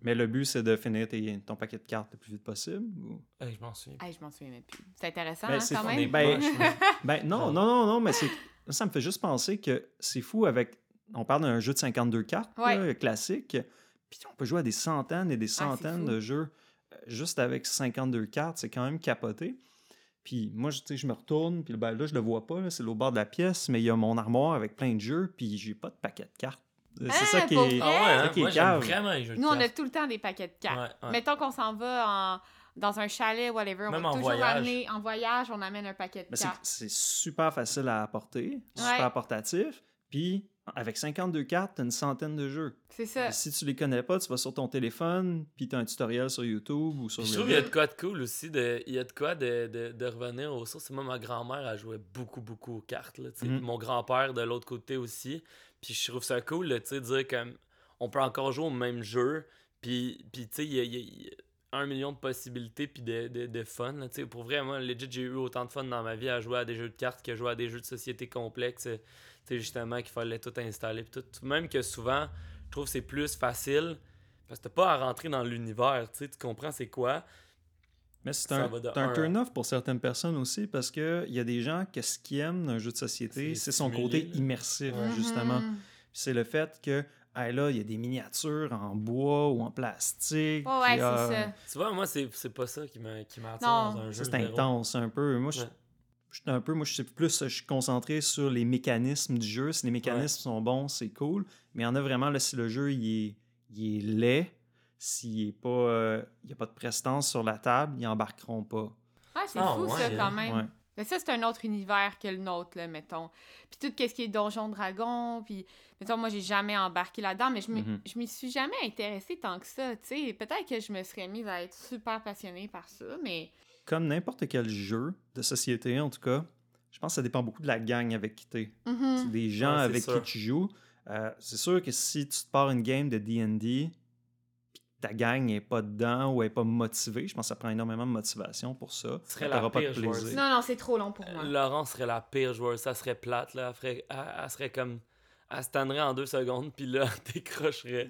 Mais le but, c'est de finir tes, ton paquet de cartes le plus vite possible? Ou... Hey, je m'en souviens. Hey, je m'en souviens même plus. C'est intéressant, Ben, hein, c'est quand fun. même. Ben, Ouais. ben non, non, non, non, mais c'est, ça me fait juste penser que c'est fou avec... On parle d'un jeu de cinquante-deux cartes, Ouais. là, classique, puis on peut jouer à des centaines et des c'est centaines fou. de jeux euh, juste avec cinquante-deux cartes, c'est quand même capoté. Puis moi, je, tu sais, je me retourne, puis ben, là, je le vois pas, là, c'est au bord de la pièce, mais il y a mon armoire avec plein de jeux, puis j'ai pas de paquet de cartes. C'est Ah, ça qui pour est... vrai? Ah ouais, ça hein? qui est Moi, j'aime cave. vraiment les jeux de Nous, on a cartes. tout le temps des paquets de cartes. Ouais, ouais. Mettons qu'on s'en va en... dans un chalet, whatever, on Même va en toujours voyage. amener... En voyage, on amène un paquet de Mais c'est, cartes. c'est super facile à apporter, Ouais. super portatif, puis avec cinquante-deux cartes, t'as une centaine de jeux. C'est ça. Et si tu les connais pas, tu vas sur ton téléphone, puis t'as un tutoriel sur YouTube ou sur Puis je trouve qu'il y a Reddit. de quoi de cool aussi, de, il y a de quoi de, de, de revenir aux sources. Moi, ma grand-mère, elle jouait beaucoup, beaucoup aux cartes. Là, tu sais. Mhm. Puis mon grand-père, de l'autre côté aussi. Puis je trouve ça cool, là, tu sais, de dire comme on peut encore jouer au même jeu. Puis, puis tu sais, il y a, il y a- il y a un million de possibilités puis de, de, de fun. Là, tu sais. Pour vrai, moi, legit, j'ai eu autant de fun dans ma vie à jouer à des jeux de cartes que jouer à des jeux de société complexes. euh, Tu sais, justement, qu'il fallait tout installer. Puis tout. Même que souvent, je trouve que c'est plus facile parce que t'as pas à rentrer dans l'univers. Tu sais, tu comprends c'est quoi. Mais c'est Ça un, va de c'est un un à- turn-off pour certaines personnes aussi, parce qu'il y a des gens que ce qu'ils aiment d'un jeu de société, C'est c'est son stimuler, côté là. immersif, Ouais. justement. Mhm. Puis c'est le fait que, hey, là, il y a des miniatures en bois ou en plastique. Ouais, ouais, puis, c'est ah, ça. Tu vois, moi, c'est, c'est pas ça qui, me, qui m'attire Non. dans un jeu. Ça, c'est zéro. intense un peu. Moi, je, Ouais. je suis un peu, moi, je suis plus, je suis concentré sur les mécanismes du jeu. Si les mécanismes sont bons, c'est cool. Mais il y en a vraiment, là, si le jeu, il est, il est laid, s'il est pas, euh, il n'y a pas de prestance sur la table, ils embarqueront pas. Ouais, c'est Ah, fou, ça, ouais, quand hein. même. Ouais. Mais ça, c'est un autre univers que le nôtre, là, mettons. Puis tout ce qui est Donjon Dragon, puis... Mettons, moi, j'ai jamais embarqué là-dedans, mais je m'y Mhm. je m'y suis jamais intéressée tant que ça, tu sais. Peut-être que je me serais mise à être super passionnée par ça, mais... Comme n'importe quel jeu de société, en tout cas, je pense que ça dépend beaucoup de la gang avec qui t'es. Mhm. C'est des gens Ouais, c'est avec sûr. qui tu joues. Euh, c'est sûr que si tu te pars une game de D and D, puis que ta gang n'est pas dedans ou n'est pas motivée, je pense que ça prend énormément de motivation pour ça. Ce serait Tu la n'auras pas de pire joueuse. plaisir. Non, non, c'est trop long pour moi. Euh, Laurent serait la pire joueuse. Ça serait plate, là. Elle, ferait, elle, elle serait comme... Elle se tannerait en deux secondes, puis là, t'écrocherais.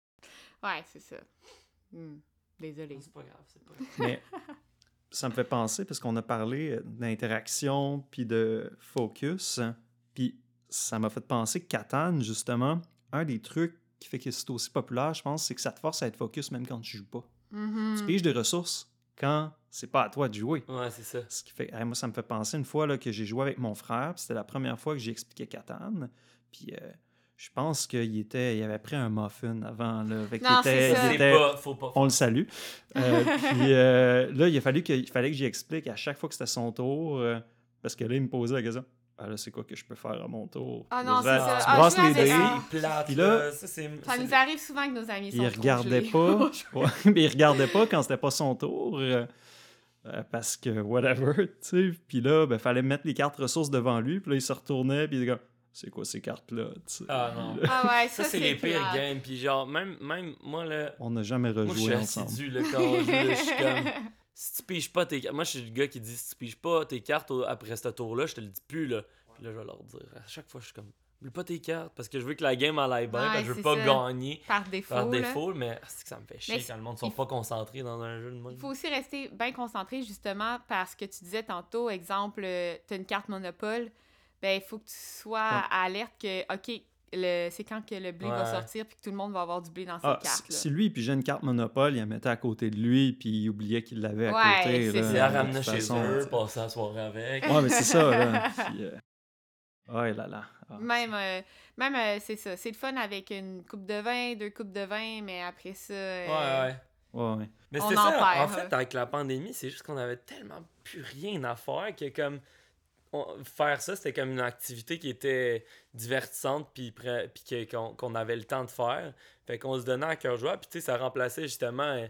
Ouais, c'est ça. Hmm. Désolée. C'est pas grave, c'est pas grave. Mais ça me fait penser, parce qu'on a parlé euh, d'interaction puis de focus, hein, puis ça m'a fait penser que Catan, justement, un des trucs qui fait que c'est aussi populaire, je pense, c'est que ça te force à être focus même quand tu joues pas. Mhm. Tu piges des ressources quand c'est pas à toi de jouer. Ouais, c'est ça. Ce qui fait, hey, moi, ça me fait penser une fois là, que j'ai joué avec mon frère, puis c'était la première fois que j'ai expliqué Catan, puis euh, je pense qu'il était, il avait pris un muffin avant, là, avec Non, il était- c'est ça. il C'est était- pas... Faut pas... on le salue. Euh, puis euh, là, il a fallu que, il fallait que j'y explique à chaque fois que c'était son tour, euh, parce que là, il me posait la question. Ah là, c'est quoi que je peux faire à mon tour? Ah Puis là, non, je disais, c'est ça. tu Ah, brasses je les pense que dés. c'est- C'est plate, Puis là. là, Ça, c'est... Ça c'est- nous arrive souvent que nos amis sont Il trop regardait gelés. pas. Ouais, mais il regardait pas quand c'était pas son tour. euh, euh, parce que whatever, tu sais. Puis là, ben, fallait mettre les cartes ressources devant lui. Puis là, il se retournait. Puis il était comme, c'est quoi ces cartes-là? Tu sais. Ah, non. Puis là, Ah ouais, Ça, ça, c'est les pires plate. games. Puis genre, même, même moi, là... on n'a jamais Moi, je suis rejoué ensemble. assidu, là, quand on joue, là, je suis comme... Si tu piges pas tes cartes... Moi, je suis le gars qui dit, si tu piges pas tes cartes au- après ce tour-là, je te le dis plus, là. Puis là, je vais leur dire. À chaque fois, je suis comme, oublie pas tes cartes, parce que je veux que la game en aille bien, Ouais, parce que je veux c'est pas ça. gagner Par défaut, par là. défaut, mais c'est que ça me fait chier Mais quand le monde sont il pas concentrés dans un jeu de même. Il faut aussi rester bien concentré, justement, parce que tu disais tantôt, exemple, euh, t'as une carte Monopole, ben il faut que tu sois Ouais. à alerte que, OK, le, c'est quand que le blé va Ouais. sortir puis que tout le monde va avoir du blé dans ses Ah, cartes. si Là. si lui, puis j'ai une carte Monopole, il la mettait à côté de lui, puis il oubliait qu'il l'avait à Ouais, côté. c'est là, ça. C'est à de ramener toute chez façon, eux, tu sais. passer la soirée avec. Ouais, mais c'est ça, là. Puis, euh, ouais, là, là. Ah. Même, euh, même euh, c'est ça. C'est le fun avec une coupe de vin, deux coupes de vin, mais après ça... euh, Ouais, ouais. Ouais, ouais. Mais On c'était en ça, perd, en hein. fait, avec la pandémie, c'est juste qu'on avait tellement plus rien à faire que comme on- faire ça, c'était comme une activité qui était divertissante puis, pre- puis que- qu'on, qu'on avait le temps de faire. Fait qu'on se donnait à cœur joie, puis tu sais, ça remplaçait justement euh,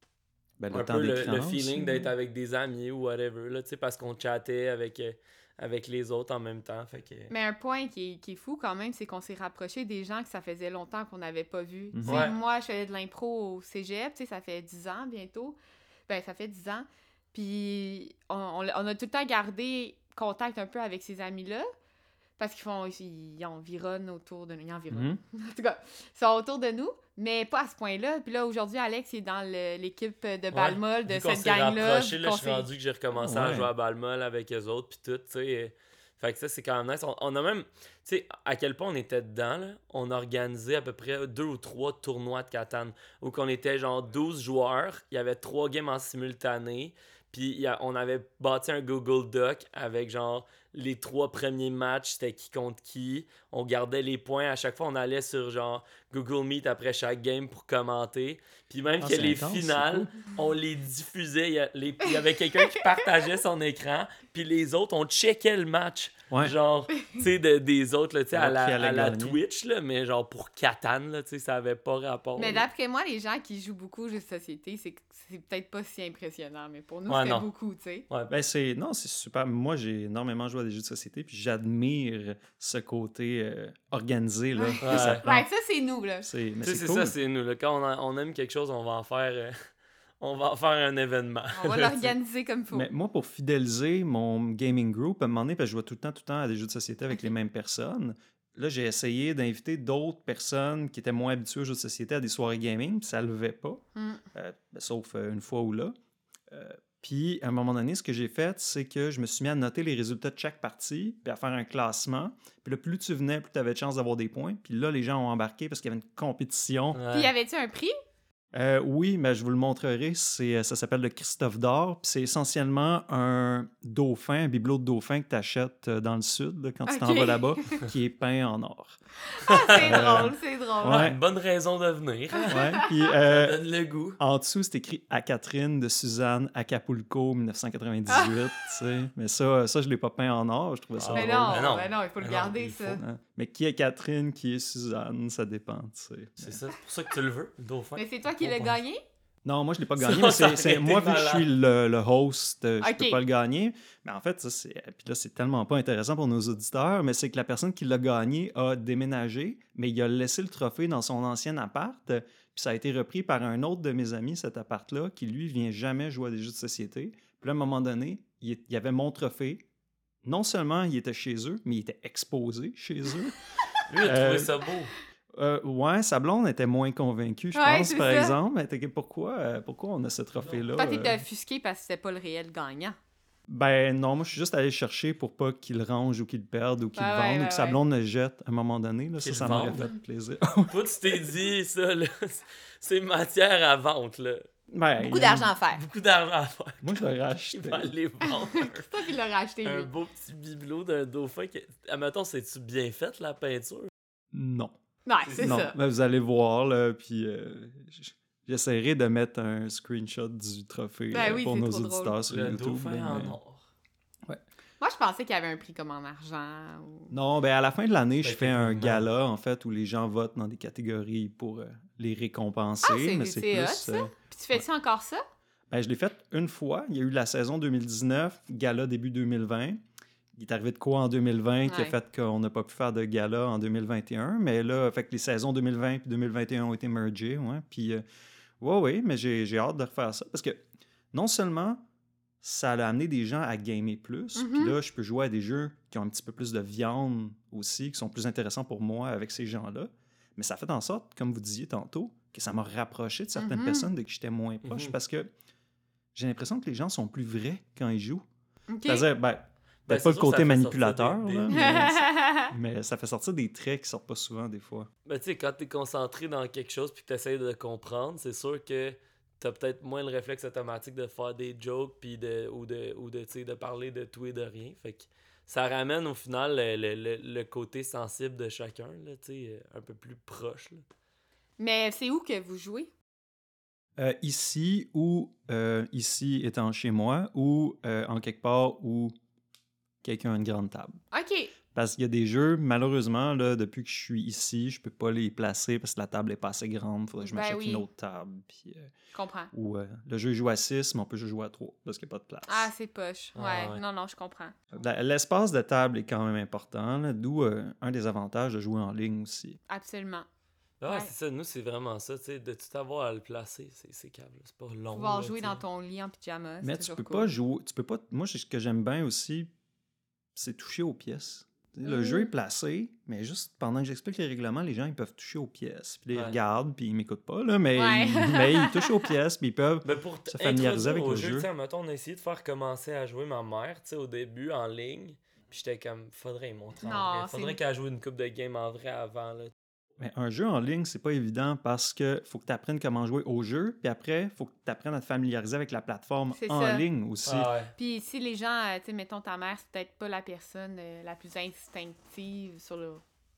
Ben, un le temps peu le, d'écran le aussi, feeling là. d'être avec des amis ou whatever, là, tu sais, parce qu'on chattait avec, euh, avec les autres en même temps. Fait que... Mais un point qui est, qui est fou quand même, c'est qu'on s'est rapproché des gens que ça faisait longtemps qu'on n'avait pas vus. Mhm. Tu sais, Ouais. Moi, je faisais de l'impro au cégep, tu sais, ça fait dix ans bientôt. Ben, ça fait dix ans. Puis on, on, on a tout le temps gardé contact un peu avec ces amis-là. Parce qu'ils font ils, ils environnent autour de nous. Ils environnent. Mhm. En tout cas, ils sont autour de nous. Mais pas à ce point-là. Puis là, aujourd'hui, Alex est dans le- l'équipe de Ouais, Balmol, de vu qu'on cette s'est gang-là. rapproché, vu là, qu'on je suis s'est- rendu que j'ai recommencé Ah à ouais. jouer à Balmol avec eux autres, puis tout, tu sais. euh, Fait que ça, c'est quand même nice. On, on a même, tu sais, à quel point on était dedans, là. On a organisé à peu près deux ou trois tournois de Catan, où qu'on était genre douze joueurs, il y avait trois games en simultané, puis il y a- on avait bâti un Google Doc avec genre les trois premiers matchs, c'était qui contre qui. On gardait les points. À chaque fois, on allait sur genre Google Meet après chaque game pour commenter. Puis même Ah, que c'est les intense, c'est finales, on les diffusait. Il y, a- les- il y avait quelqu'un qui partageait son écran, puis les autres, on checkait le match. Ouais. Genre, tu sais, de- des autres, là, tu sais, à Voir qui la, allait à la gagner. Twitch, là, mais genre pour Catan, là, tu sais, ça avait pas rapport. Mais là. d'après moi, les gens qui jouent beaucoup aux jeux de société, c'est que c'est peut-être pas si impressionnant. Mais pour nous, Ouais, c'était non. beaucoup, tu sais. Ouais, Ben c'est non, c'est super. Moi, j'ai énormément joué à des jeux de société, puis j'admire ce côté euh, organisé là. Ouais. que ça prend. Ouais, ça, c'est nous, là. C'est mais tu sais, c'est c'est cool. ça, c'est nous. Là. Quand on, a- on aime quelque chose, on va en faire, euh, on va en faire un événement. On va là, tu sais. l'organiser comme il faut. Mais moi, pour fidéliser mon gaming group, à un moment donné, parce que je jouais tout le temps, tout le temps à des jeux de société avec Ok. les mêmes personnes. Là, j'ai essayé d'inviter d'autres personnes qui étaient moins habituées aux jeux de société à des soirées gaming, puis ça ne levait pas, Mm. euh, ben, sauf euh, une fois ou là. Euh, puis, à un moment donné, ce que j'ai fait, c'est que je me suis mis à noter les résultats de chaque partie, puis à faire un classement. Puis là, plus tu venais, plus tu avais de chance d'avoir des points. Puis là, les gens ont embarqué parce qu'il y avait une compétition. Ouais. Puis, y avait-tu un prix? Euh, oui, mais je vous le montrerai. C'est, ça s'appelle le Christophe d'or. Puis c'est essentiellement un dauphin, un bibelot de dauphin que tu achètes dans le sud, là, quand tu t'en Ok. vas là-bas, qui est peint en or. Ah, c'est Euh, drôle, c'est drôle. ouais. Une bonne raison de venir. Ouais, puis Ça euh, donne le goût. en dessous, c'est écrit à Catherine de Suzanne Acapulco dix-neuf cent quatre-vingt-dix-huit. tu sais. Mais ça, ça, je l'ai pas peint en or. Je trouvais ça Ah, Mais drôle. non, Mais non. mais non, il faut le Mais non, garder, il ça. faut. Hein. Mais qui est Catherine, qui est Suzanne, ça dépend, tu sais. C'est ça, c'est pour ça que tu le veux, le dauphin. Mais c'est toi qui Bon l'as point. gagné? Non, moi, je l'ai pas Ça, gagné, mais ça c'est, c'est- aurait été moi, vu que je malade. suis le, le host, euh, je Ok. peux pas le gagner. Mais en fait, ça, c'est, puis là, c'est tellement pas intéressant pour nos auditeurs, mais c'est que la personne qui l'a gagné a déménagé, mais il a laissé le trophée dans son ancien appart, euh, puis ça a été repris par un autre de mes amis, cet appart-là, qui, lui, vient jamais jouer à des jeux de société. Puis là, à un moment donné, il il y avait mon trophée. Non seulement il était chez eux, mais il était exposé chez eux. Lui, il a Euh, trouvé ça beau. Euh, ouais, sa blonde était moins convaincue, je Ouais, pense, c'est par ça. exemple. Elle était, pourquoi, euh, pourquoi on a ce trophée-là? Toi, t'étais euh? offusqué parce que c'était pas le réel gagnant. Ben non, moi, je suis juste allé le chercher pour pas qu'il le range ou qu'il le perde ou qu'il Ouais, le vende ouais, ou ouais, que sa ouais. blonde le jette à un moment donné. Là, ça, Qu'il ça le m'aurait vende. fait plaisir. Toi, tu t'es dit, ça, là, c'est matière à vente, là. Ben, Beaucoup il y a- d'argent à faire. Beaucoup d'argent à faire. Moi, je l'aurais Il racheté. va aller vendre C'est toi qui l'as racheté, un lui. beau petit bibelot d'un dauphin. Que... Admettons, c'est-tu bien fait, la peinture? Non. Ouais, c'est non. ça. Ben, vous allez voir, là, puis euh, j- j'essaierai de mettre un screenshot du trophée Ben euh, oui, pour c'est nos trop drôle. auditeurs sur Le YouTube. dauphin là, en mais- or. Moi, je pensais qu'il y avait un prix comme en argent. Ou... Non, ben à la fin de l'année, Ben, je fais un techniquement. gala, en fait, où les gens votent dans des catégories pour euh, les récompenser. Ah, c'est- mais c'est c'est hot, plus. ça. euh, Puis tu fais-tu encore ça? ben, je l'ai fait une fois. Il y a eu la saison deux mille dix-neuf, gala début deux mille vingt. Il est arrivé de quoi en deux mille vingt qui a Ouais. fait qu'on n'a pas pu faire de gala en deux mille vingt et un. Mais là, fait que les saisons deux mille vingt et deux mille vingt et un ont été mergées. Ouais. Puis, euh, ouais, ouais, mais j'ai, j'ai hâte de refaire ça. Parce que non seulement ça a amené des gens à gamer plus, Mhm. puis là, je peux jouer à des jeux qui ont un petit peu plus de viande aussi, qui sont plus intéressants pour moi avec ces gens-là. Mais ça fait en sorte, comme vous disiez tantôt, que ça m'a rapproché de certaines Mhm. personnes dès que j'étais moins proche, Mhm. parce que j'ai l'impression que les gens sont plus vrais quand ils jouent. OK. C'est-à-dire, ben, Ben, peut-être c'est pas le sûr, ça côté fait manipulateur, sortir des- là, des- mais, mais ça fait sortir des traits qui sortent pas souvent des fois. Ben, tu sais, quand t'es concentré dans quelque chose puis que t'essayes de comprendre, c'est sûr que t'as peut-être moins le réflexe automatique de faire des jokes puis de, ou, de, ou de, tu sais, de parler de tout et de rien. Fait que ça ramène au final le, le, le, le côté sensible de chacun, là, tu sais, euh, un peu plus proche. Là. Mais c'est où que vous jouez? Euh, ici ou euh, ici étant chez moi ou euh, en quelque part où quelqu'un a une grande table. OK. Parce qu'il y a des jeux, malheureusement, là, depuis que je suis ici, je peux pas les placer parce que la table est pas assez grande. Faudrait que je Ben m'achète oui. une autre table. Puis, euh, Je comprends. ou euh, le jeu joue à six, mais on peut juste jouer à trois parce qu'il n'y a pas de place. Ah, c'est poche. Ah, Ouais. ouais. Non, non, je comprends. La- L'espace de table est quand même important, là, d'où euh, un des avantages de jouer en ligne aussi. Absolument. Ouais, Ouais. c'est ça, nous, c'est vraiment ça, tu sais, de tout avoir à le placer, c'est, c'est câble, c'est pas long. Pouvoir là, jouer tu sais. dans ton lit en pyjama, c'est Mais tu toujours peux cool. pas jouer, tu peux pas. Moi, ce que j'aime bien aussi, c'est toucher aux pièces. Le Mm. jeu est placé, mais juste pendant que j'explique les règlements, les gens ils peuvent toucher aux pièces. Puis là, ils Ouais. regardent, puis ils m'écoutent pas, là, mais, Ouais. ils, mais ils touchent aux pièces, puis ils peuvent Ben pour se familiariser avec au le jeu, jeu. tu sais, mettons, on a essayé de faire commencer à jouer ma mère, tu sais, au début, en ligne. Puis j'étais comme, faudrait y montrer en Non, vrai. c'est- Faudrait qu'elle joue une coupe de game en vrai avant, là. Mais un jeu en ligne, c'est pas évident parce que faut que tu apprennes comment jouer au jeu, puis après, faut que tu apprennes à te familiariser avec la plateforme C'est en ça. ligne aussi. Ah ouais. Puis si les gens, euh, tu sais, mettons ta mère, c'est peut-être pas la personne euh, la plus instinctive sur le...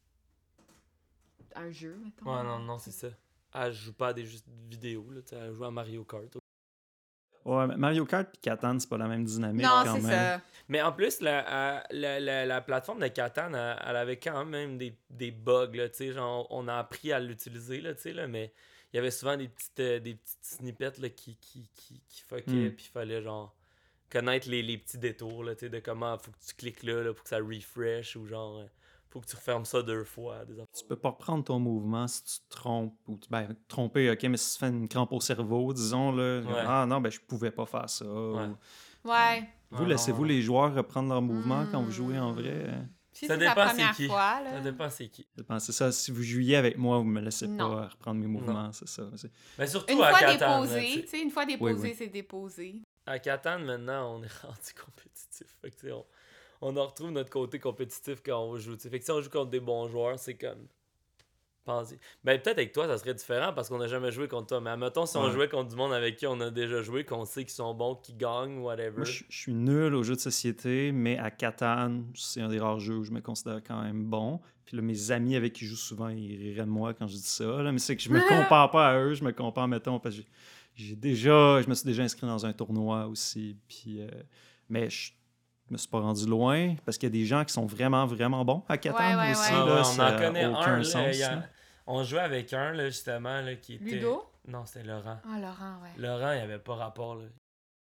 un jeu, mettons. Ouais, non, non, c'est ça. Elle joue pas à des jeux vidéo, là, tu sais, elle joue à Mario Kart. Ouais, mais Mario Kart puis Catan, c'est pas la même dynamique Non, quand c'est même. ça. Mais en plus, la, euh, la, la, la plateforme de Catan, elle, elle avait quand même des, des bugs, là, tu sais, genre, on a appris à l'utiliser, là, tu sais, là, mais il y avait souvent des petites, euh, des petites snippets, là, qui, qui, qui, qui fuckaient, Mm. puis il fallait, genre, connaître les, les petits détours, là, tu sais, de comment faut que tu cliques là, là, pour que ça refresh, ou genre, euh, faut que tu refermes ça deux fois, des affaires. Tu peux pas reprendre ton mouvement si tu te trompes. Ou tu- ben, te tromper, ok, mais si tu fais une crampe au cerveau, disons, là, Ouais. ah non, ben je pouvais pas faire ça. Ouais. Ou- Ouais. Vous, Ouais, laissez-vous non. les joueurs reprendre leur mouvement quand vous Hmm. jouez en vrai? euh? Si Ça c'est la dépend c'est première qui. fois, là. Ça dépend c'est qui. Je pense que c'est ça. Si vous jouiez avec moi, vous me laissez Non. pas reprendre mes mouvements, c'est ça. C'est- Mais surtout Une à fois Catan, là, déposé, tu tu sais. sais, une fois déposé, Oui, oui. c'est déposé. À Catan, maintenant, on est rendu compétitif. Fait que, tu sais, on, on en retrouve notre côté compétitif quand on joue. tu sais. Fait que si on joue contre des bons joueurs, c'est comme. Pensez. Ben, peut-être avec toi, ça serait différent parce qu'on n'a jamais joué contre toi. Mais admettons, si on Ouais. jouait contre du monde avec qui on a déjà joué, qu'on sait qu'ils sont bons, qu'ils gagnent, whatever. Moi, je je suis nul aux jeux de société, mais à Catan, c'est un des rares jeux où je me considère quand même bon. Puis là, mes amis avec qui je joue souvent, ils riraient de moi quand je dis ça. Là, mais c'est que je me compare pas à eux, je me compare, mettons, parce que j'ai- j'ai déjà, je me suis déjà inscrit dans un tournoi aussi. Puis, euh, mais je me suis pas rendu loin parce qu'il y a des gens qui sont vraiment, vraiment bons à Catan Ouais, ouais, aussi. ouais. Ah Là, ouais, on ça en a connaît aucun un. Là, sens. il y a- là. On jouait avec un, là, justement, là, qui était. Ludo? Non, c'était Laurent. Ah, Laurent, ouais. Laurent, il avait pas rapport. Là.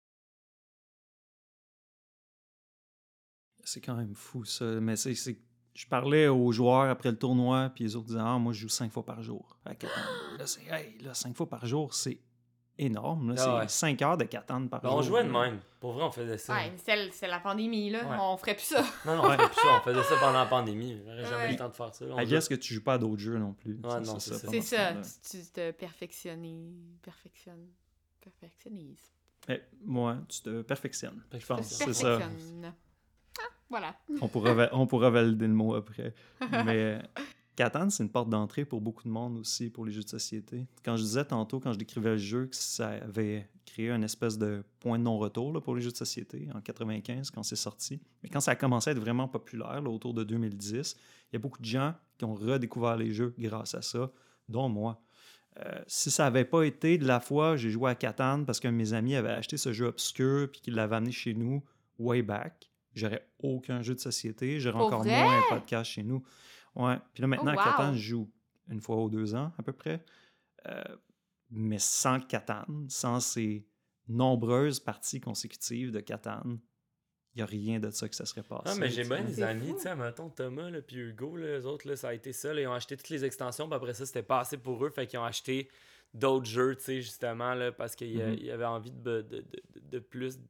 C'est quand même fou, ça. Mais c'est, c'est- je parlais aux joueurs après le tournoi, puis les autres disaient « Ah, moi, je joue cinq fois par jour à Catan. » Là, c'est « Hey, là, cinq fois par jour, c'est énorme. Là. Ah c'est ouais. cinq heures de Catan par Ben, jour. on jouait de là. même. Pour vrai, on faisait ça. Ouais, mais c'est c'est la pandémie, là. Ouais. On ferait plus ça. Non, non, on ferait plus ça. On faisait ça pendant la pandémie. J'aurais jamais Ouais. eu le temps de faire ça. là. On I jouait- guess que tu joues pas à d'autres jeux non plus. Ouais, non, c'est ça. pendant C'est ce ça. temps-là. Tu, tu te perfectionnes. Perfectionnes. Perfectionnises. Mais moi, tu te perfectionnes. Je pense, Perfectionne. c'est ça. Perfectionne. Ah, voilà. On pourra, va- on pourra valider le mot après. Mais Catan, c'est une porte d'entrée pour beaucoup de monde aussi, pour les jeux de société. Quand je disais tantôt, quand je décrivais le jeu, que ça avait créé une espèce de point de non-retour là, pour les jeux de société en quatre-vingt-quinze, quand c'est sorti. Mais quand ça a commencé à être vraiment populaire, là, autour de deux mille dix, il y a beaucoup de gens qui ont redécouvert les jeux grâce à ça, dont moi. Euh, si ça n'avait pas été de la fois, j'ai joué à Catan parce qu'un de mes amis avait acheté ce jeu obscur puis qu'il l'avait amené chez nous way back. J'aurais aucun jeu de société, j'aurais Pour encore vrai? moins un podcast chez nous. Ouais. Puis là, maintenant, Oh, à Catan, wow. je joue une fois aux deux ans, à peu près. Euh, mais sans Catan, sans ces nombreuses parties consécutives de Catan, il n'y a rien de ça que ça serait passé. Ah, mais j'ai tu sais. bien des C'est amis, fou. tu sais, mettons Thomas, là, puis Hugo, là, eux autres, là, ça a été ça, là, ils ont acheté toutes les extensions, puis après ça, c'était pas assez pour eux, fait qu'ils ont acheté d'autres jeux, tu sais, justement, là, parce qu'ils Mhm. y avaient envie de, de, de, de plus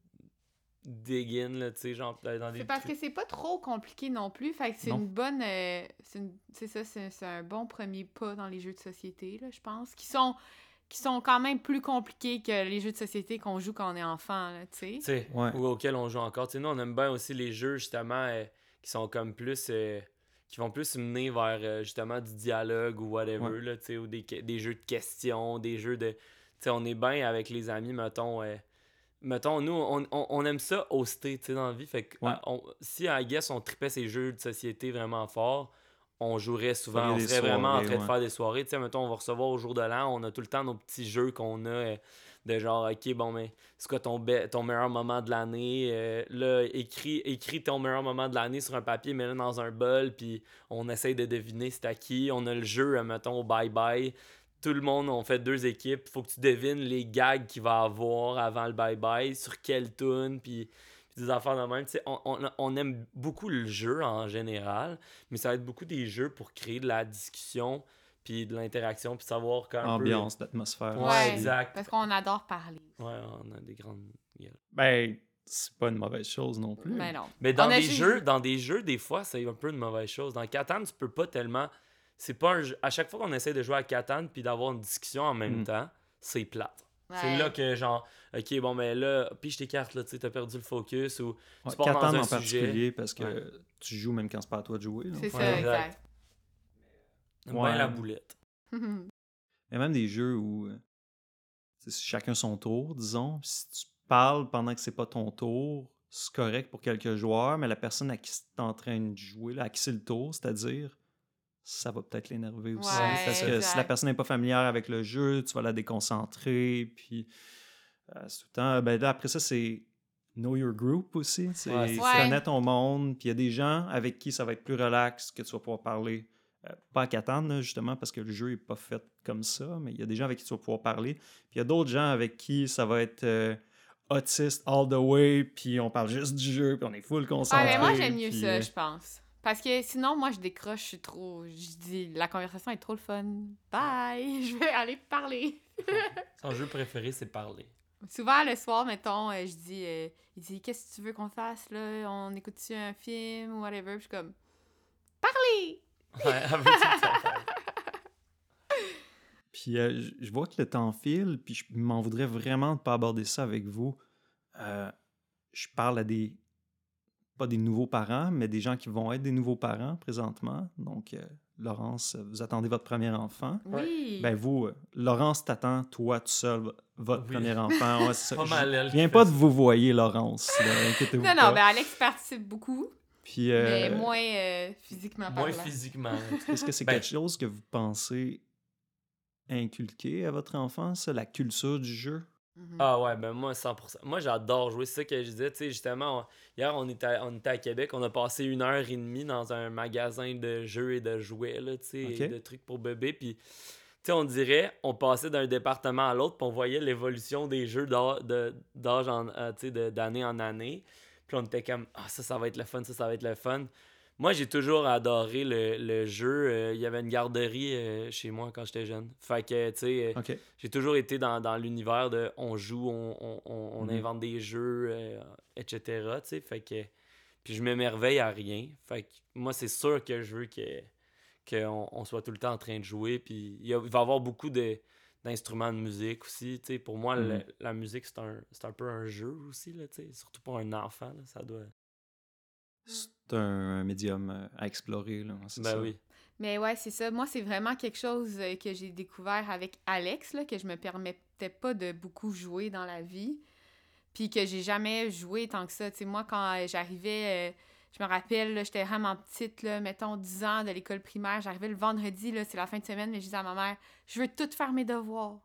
dig in, là, tu sais, genre, dans des C'est parce que trucs. c'est pas trop compliqué non plus. Fait que c'est Non. une bonne. euh, c'est une- c'est ça, c'est c'est un bon premier pas dans les jeux de société, là, je pense. Qui sont, qui sont quand même plus compliqués que les jeux de société qu'on joue quand on est enfant, là, tu sais. Tu sais, Ouais. ou auxquels on joue encore. Tu sais, nous, on aime bien aussi les jeux, justement, euh, qui sont comme plus... euh, qui vont plus mener vers, euh, justement, du dialogue ou whatever, Ouais. là, tu sais, ou des, que- des jeux de questions, des jeux de... Tu sais, on est bien avec les amis, mettons... euh, mettons, nous, on, on, on aime ça hoster, tu sais, dans la vie. Fait que, Ouais. à- on- si, I guess, on tripait ces jeux de société vraiment fort, on jouerait souvent, Feriez on des serait vraiment en soirées, train de ouais. faire des soirées. Tu sais, mettons, on va recevoir au jour de l'an, on a tout le temps nos petits jeux qu'on a, euh, de genre, OK, bon, mais c'est quoi ton, be- ton meilleur moment de l'année? Euh, là, écris, écris ton meilleur moment de l'année sur un papier, mets-le dans un bol, puis on essaye de deviner c'est à qui. On a le jeu, euh, mettons, au bye-bye. Tout le monde, on fait deux équipes. Faut que tu devines les gags qu'il va avoir avant le bye-bye, sur quelle tune, puis, puis des affaires de même. Tu sais, on, on, on aime beaucoup le jeu en général, mais ça va être beaucoup des jeux pour créer de la discussion, puis de l'interaction, puis savoir quand Ambiance, d'atmosphère. Ouais, Ouais. exact. Parce qu'on adore parler. Ouais, on a des grandes gueules. Ben, c'est pas une mauvaise chose non plus. Mais non. Mais dans On a des ju- jeux, dans des jeux, des fois, c'est un peu une mauvaise chose. Dans Catan, tu peux pas tellement. C'est pas un jeu. À chaque fois qu'on essaie de jouer à Catan puis d'avoir une discussion en même Mm. temps, c'est plate. Ouais. C'est là que genre, ok, bon, mais là, piche tes cartes, là, tu sais, t'as perdu le focus ou Ouais, tu pars dans Catan un en sujet. particulier, parce que Ouais. tu joues même quand c'est pas à toi de jouer. là. C'est Ouais, ça, exact. exact. Ben Ouais. la boulette. Il y a même des jeux où euh, c'est chacun son tour, disons. Si tu parles pendant que c'est pas ton tour, c'est correct pour quelques joueurs, mais la personne à qui tu es en train de jouer, là, à qui c'est le tour, c'est-à-dire, ça va peut-être l'énerver aussi. Ouais, parce que si exact. la personne n'est pas familière avec le jeu, tu vas la déconcentrer. Puis, euh, c'est tout le temps. Ben là, après ça, c'est know your group aussi. C'est Ouais, c'est ça. connaître ton monde. Puis il y a des gens avec qui ça va être plus relax, que tu vas pouvoir parler. Euh, pas à Catan, là, justement, parce que le jeu n'est pas fait comme ça, mais il y a des gens avec qui tu vas pouvoir parler. Puis il y a d'autres gens avec qui ça va être euh, autiste all the way, puis on parle juste du jeu, puis on est full Ah, concentré. mais moi, j'aime mieux puis, ça, euh, je pense. Parce que sinon, moi, je décroche, je suis trop... Je dis, la conversation est trop le fun. Bye! Je vais aller parler. Son jeu préféré, c'est parler. Souvent, le soir, mettons, euh, je dis... euh, il dit, qu'est-ce que tu veux qu'on fasse, là? On écoute-tu un film ou whatever? Puis je suis comme... Parler! Ouais, elle veut tout le temps parler. Puis euh, je- je vois que le temps file, puis je m'en voudrais vraiment de pas aborder ça avec vous. Euh, je parle à des, pas des nouveaux parents, mais des gens qui vont être des nouveaux parents présentement. Donc, euh, Laurence, vous attendez votre premier enfant. Oui! Ben vous, euh, Laurence t'attend, toi tout seul, v- votre Oui. premier enfant. Ouais, c'est ça. Pas Je mal, elle je viens qui pas fait de ça. vous voyer, Laurence. là, inquiétez-vous non, pas. non, ben Alex participe beaucoup, Puis, euh, mais moins euh, physiquement Moins parlant. physiquement. est-ce que c'est Ben- quelque chose que vous pensez inculquer à votre enfant, ça, la culture du jeu? Mhm. Ah ouais, ben moi, cent pour cent. Moi, j'adore jouer. C'est ça que je disais. Tu sais, justement, on- hier, on était, à, on était à Québec. On a passé une heure et demie dans un magasin de jeux et de jouets, là, tu sais, Ok. et de trucs pour bébés. Puis, tu sais, on dirait, on passait d'un département à l'autre, puis on voyait l'évolution des jeux d'âge, de, d'âge en, euh, tu sais, de- d'année en année. Puis on était comme, ah, ça, ça va être le fun, ça, ça va être le fun. Moi, j'ai toujours adoré le, le jeu. Euh, Il y avait une garderie euh, chez moi quand j'étais jeune. Fait que, tu sais, euh, OK. j'ai toujours été dans, dans l'univers de on joue, on, on, on- on Mhm. invente des jeux, euh, et cetera. Tu sais, fait que. Puis je m'émerveille à rien. Fait que moi, c'est sûr que je veux que qu'on on soit tout le temps en train de jouer. Puis il, y a- il va y avoir beaucoup de, d'instruments de musique aussi. Tu sais, pour moi, Mhm. le- la musique, c'est un, c'est un peu un jeu aussi. Là, tu sais, surtout pour un enfant. Là, ça doit. C'est un, un médium euh, à explorer, là. C'est Ben ça. oui. Mais ouais, c'est ça. Moi, c'est vraiment quelque chose euh, que j'ai découvert avec Alex, là, que je me permettais pas de beaucoup jouer dans la vie. Puis que j'ai jamais joué tant que ça. Tu sais, moi, quand euh, j'arrivais, euh, je me rappelle, là, j'étais vraiment petite, là, mettons dix ans de l'école primaire. J'arrivais le vendredi, là, c'est la fin de semaine, mais je disais à ma mère, je veux tout faire mes devoirs.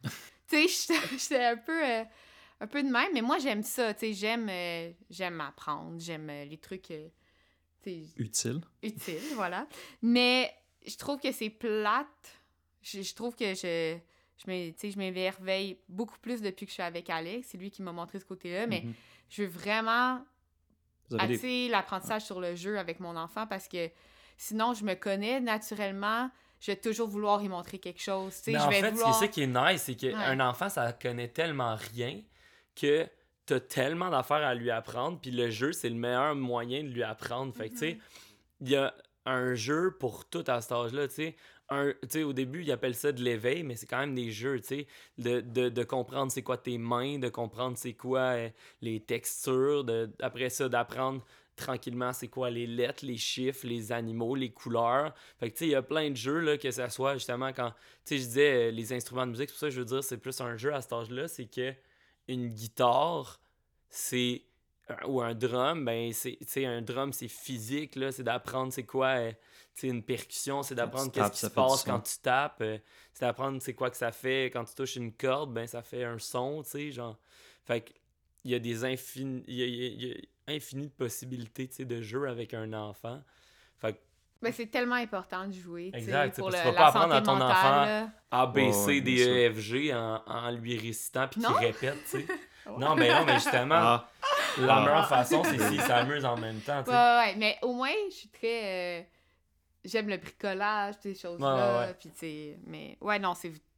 Tu sais, j'étais- j'étais un peu, euh, un peu de même, mais moi, j'aime ça. Tu sais, j'aime, euh, j'aime apprendre, j'aime euh, les trucs, euh, tu sais, Utile. utile, voilà. Mais je trouve que c'est plate. Je, je trouve que je, je me- tu sais, je m'émerveille beaucoup plus depuis que je suis avec Alex. C'est lui qui m'a montré ce côté-là. Mais Mhm. je veux vraiment Vous avez des... axer l'apprentissage sur le jeu avec mon enfant parce que sinon, je me connais naturellement. Je vais toujours vouloir y montrer quelque chose. Tu sais, Mais je en vais fait, vouloir... c'est ça qui est nice, c'est qu'un Ouais. enfant, ça connaît tellement rien que t'as tellement d'affaires à lui apprendre, puis le jeu, c'est le meilleur moyen de lui apprendre. Fait que, tu sais, il y a un jeu pour tout à cet âge-là, tu sais. Un, tu sais, au début, ils appellent ça de l'éveil, mais c'est quand même des jeux, tu sais, de, de, de comprendre c'est quoi tes mains, de comprendre c'est quoi euh, les textures, de, après ça, d'apprendre tranquillement c'est quoi les lettres, les chiffres, les animaux, les couleurs. Fait que, tu sais, il y a plein de jeux, là, que ça soit justement quand, tu sais, je disais euh, les instruments de musique, c'est pour ça que je veux dire, c'est plus un jeu à cet âge-là, c'est que une guitare, c'est ou un drum, ben c'est, tu sais, un drum, c'est physique, là, c'est d'apprendre c'est quoi, euh, tu sais, une percussion, c'est Quand d'apprendre tu qu'est-ce tapes, qui ça se fait du passe son. quand tu tapes, euh, c'est d'apprendre c'est quoi que ça fait quand tu touches une corde, ben ça fait un son, tu sais, genre. Fait que il y a des infini, il y a, il y a- il y a infini de possibilités, tu sais, de jeu avec un enfant. Fait que Ben, c'est tellement important de jouer, tu sais, Exact, pour parce le, que tu vas pas la apprendre à santé ton mentale, enfant là. A, B, Ouais, C, ouais, D, bien sûr. E, F, G en, en lui récitant puis qu'il Non? répète, tu sais. Non, mais non, mais justement, Ah, la Ah. meilleure façon, c'est s'il s'amuse en même temps, tu Ouais, sais. ouais, ouais, mais au moins, je suis très... euh, j'aime le bricolage, ces choses-là, Ouais, ouais, ouais. puis tu sais... Mais ouais, non, c'est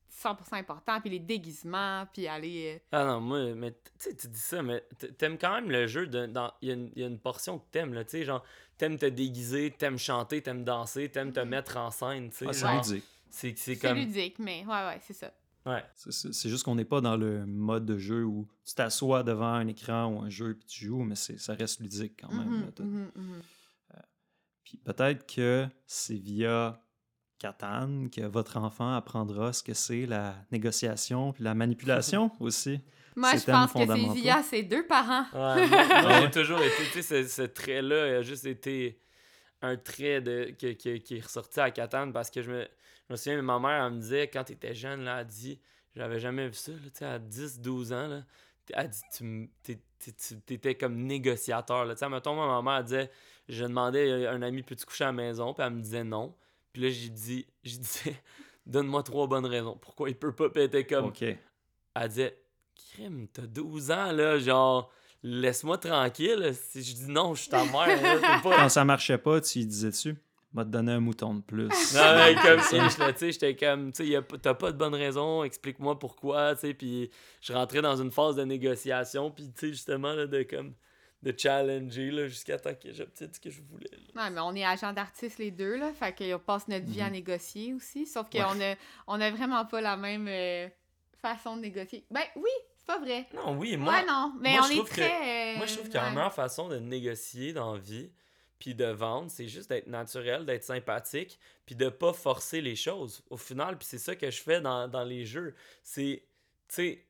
cent pour cent important, puis les déguisements, puis aller... euh, Ah non, moi, mais tu sais, tu dis ça, mais t- t'aimes quand même le jeu. de- dans Il y, a une- il y a une portion que t'aimes, là, tu sais, genre, t'aimes te déguiser, t'aimes chanter, t'aimes danser, t'aimes te Mhm. mettre en scène, tu sais, Ah, c'est genre, ludique. c'est c'est C'est comme... ludique, mais ouais, ouais, c'est ça. Ouais. C'est- C'est c'est juste qu'on n'est pas dans le mode de jeu où tu t'assois devant un écran ou un jeu puis tu joues, mais c'est- ça reste ludique quand même. Mhm, là. T'as- mhm, mhm. Puis peut-être que c'est via Catan que votre enfant apprendra ce que c'est la négociation puis la manipulation aussi. Moi, Ces je thèmes pense que c'est fondamentaux. via ses deux parents. Ouais, moi, moi, Ah j'ai ouais? toujours été, tu sais, ce, ce trait-là a juste été un trait de, que- que- qui est ressorti à Catane parce que je me, je me souviens, ma mère, elle me disait, quand t'étais jeune, là, elle dit, j'avais jamais vu ça, là, tu sais, à dix douze ans, là, elle dit, tu m- t'es- t'es- tu- t'étais comme négociateur, là, tu sais, mettons, moi, ma mère, elle disait, je demandais à un ami, peux-tu coucher à la maison, puis elle me disait non, puis là, j'ai dit, j'ai dit, donne-moi trois bonnes raisons, pourquoi il peut pas, puis elle était comme, OK. elle disait, crime, t'as douze ans, là, genre, laisse-moi tranquille. Si je dis non, je suis ta mère, là, t'es pas. Quand ça marchait pas, tu lui disais-tu, va te donner un mouton de plus. Non, mais comme C'est ça, ça. tu sais, j'étais comme, tu sais, y a pas- t'as pas de bonne raison, explique-moi pourquoi, tu sais, puis je rentrais dans une phase de négociation, puis tu sais, justement, là, de comme, de challenger, là, jusqu'à temps que j'obtienne ce que je voulais, là. Ouais, mais on est agents d'artistes les deux, là, fait qu'on passe notre vie à Mhm. négocier aussi, sauf Ouais. qu'on a, on a vraiment pas la même euh, façon de négocier. Ben oui, c'est pas vrai. Non, oui, moi, ouais, non, mais moi, on je est trouve que- très... euh, moi, je trouve que la ouais. meilleure façon de négocier dans la vie, puis de vendre, c'est juste d'être naturel, d'être sympathique, puis de pas forcer les choses, au final, puis c'est ça que je fais dans, dans les jeux. C'est, tu sais,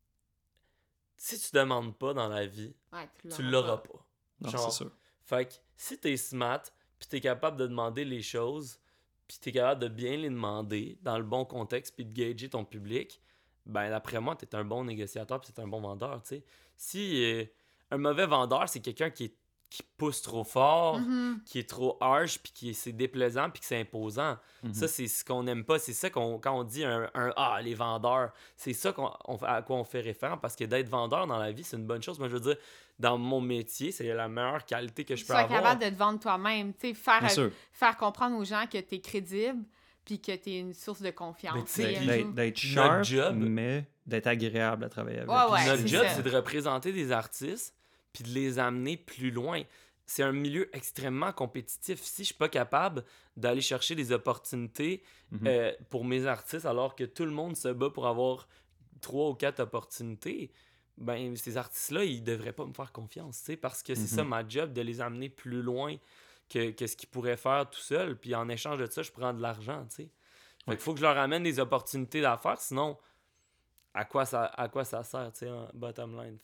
si tu demandes pas dans la vie, Ouais, tu l'auras pas. Non, Genre, c'est sûr. Fait que si t'es smart, puis t'es capable de demander les choses, puis t'es capable de bien les demander dans le bon contexte, puis de gager ton public, ben d'après moi, t'es un bon négociateur, puis t'es un bon vendeur, tu sais. Si euh, un mauvais vendeur, c'est quelqu'un qui, est, qui pousse trop fort, Mhm. qui est trop harsh, puis qui est, c'est déplaisant, puis que c'est imposant. Mhm. Ça, c'est ce qu'on n'aime pas. C'est ça qu'on, quand on dit un, un Ah, les vendeurs, c'est ça qu'on, on- à quoi on fait référence, parce que d'être vendeur dans la vie, c'est une bonne chose. Moi, je veux dire, dans mon métier, c'est la meilleure qualité que je peux Sois avoir. capable de te vendre toi-même, tu sais, faire, Bien sûr. faire comprendre aux gens que t'es crédible, puis que t'es une source de confiance. Mais tu sais, Et D'être- un D'être jour- d'être Notre sharp, job- mais d'être agréable à travailler avec. Ouais, Puis ouais, notre c'est job, ça. c'est de représenter des artistes puis de les amener plus loin. C'est un milieu extrêmement compétitif. Si je suis pas capable d'aller chercher des opportunités Mhm. euh, pour mes artistes alors que tout le monde se bat pour avoir trois ou quatre opportunités, ben ces artistes-là, ils devraient pas me faire confiance, tu sais, parce que c'est Mhm. ça ma job, de les amener plus loin que, que ce qu'ils pourraient faire tout seuls. Puis en échange de ça, je prends de l'argent, tu sais. Fait qu'il faut que je leur amène des opportunités d'affaires, sinon, à quoi ça, à quoi ça sert, tu sais, en bottom line.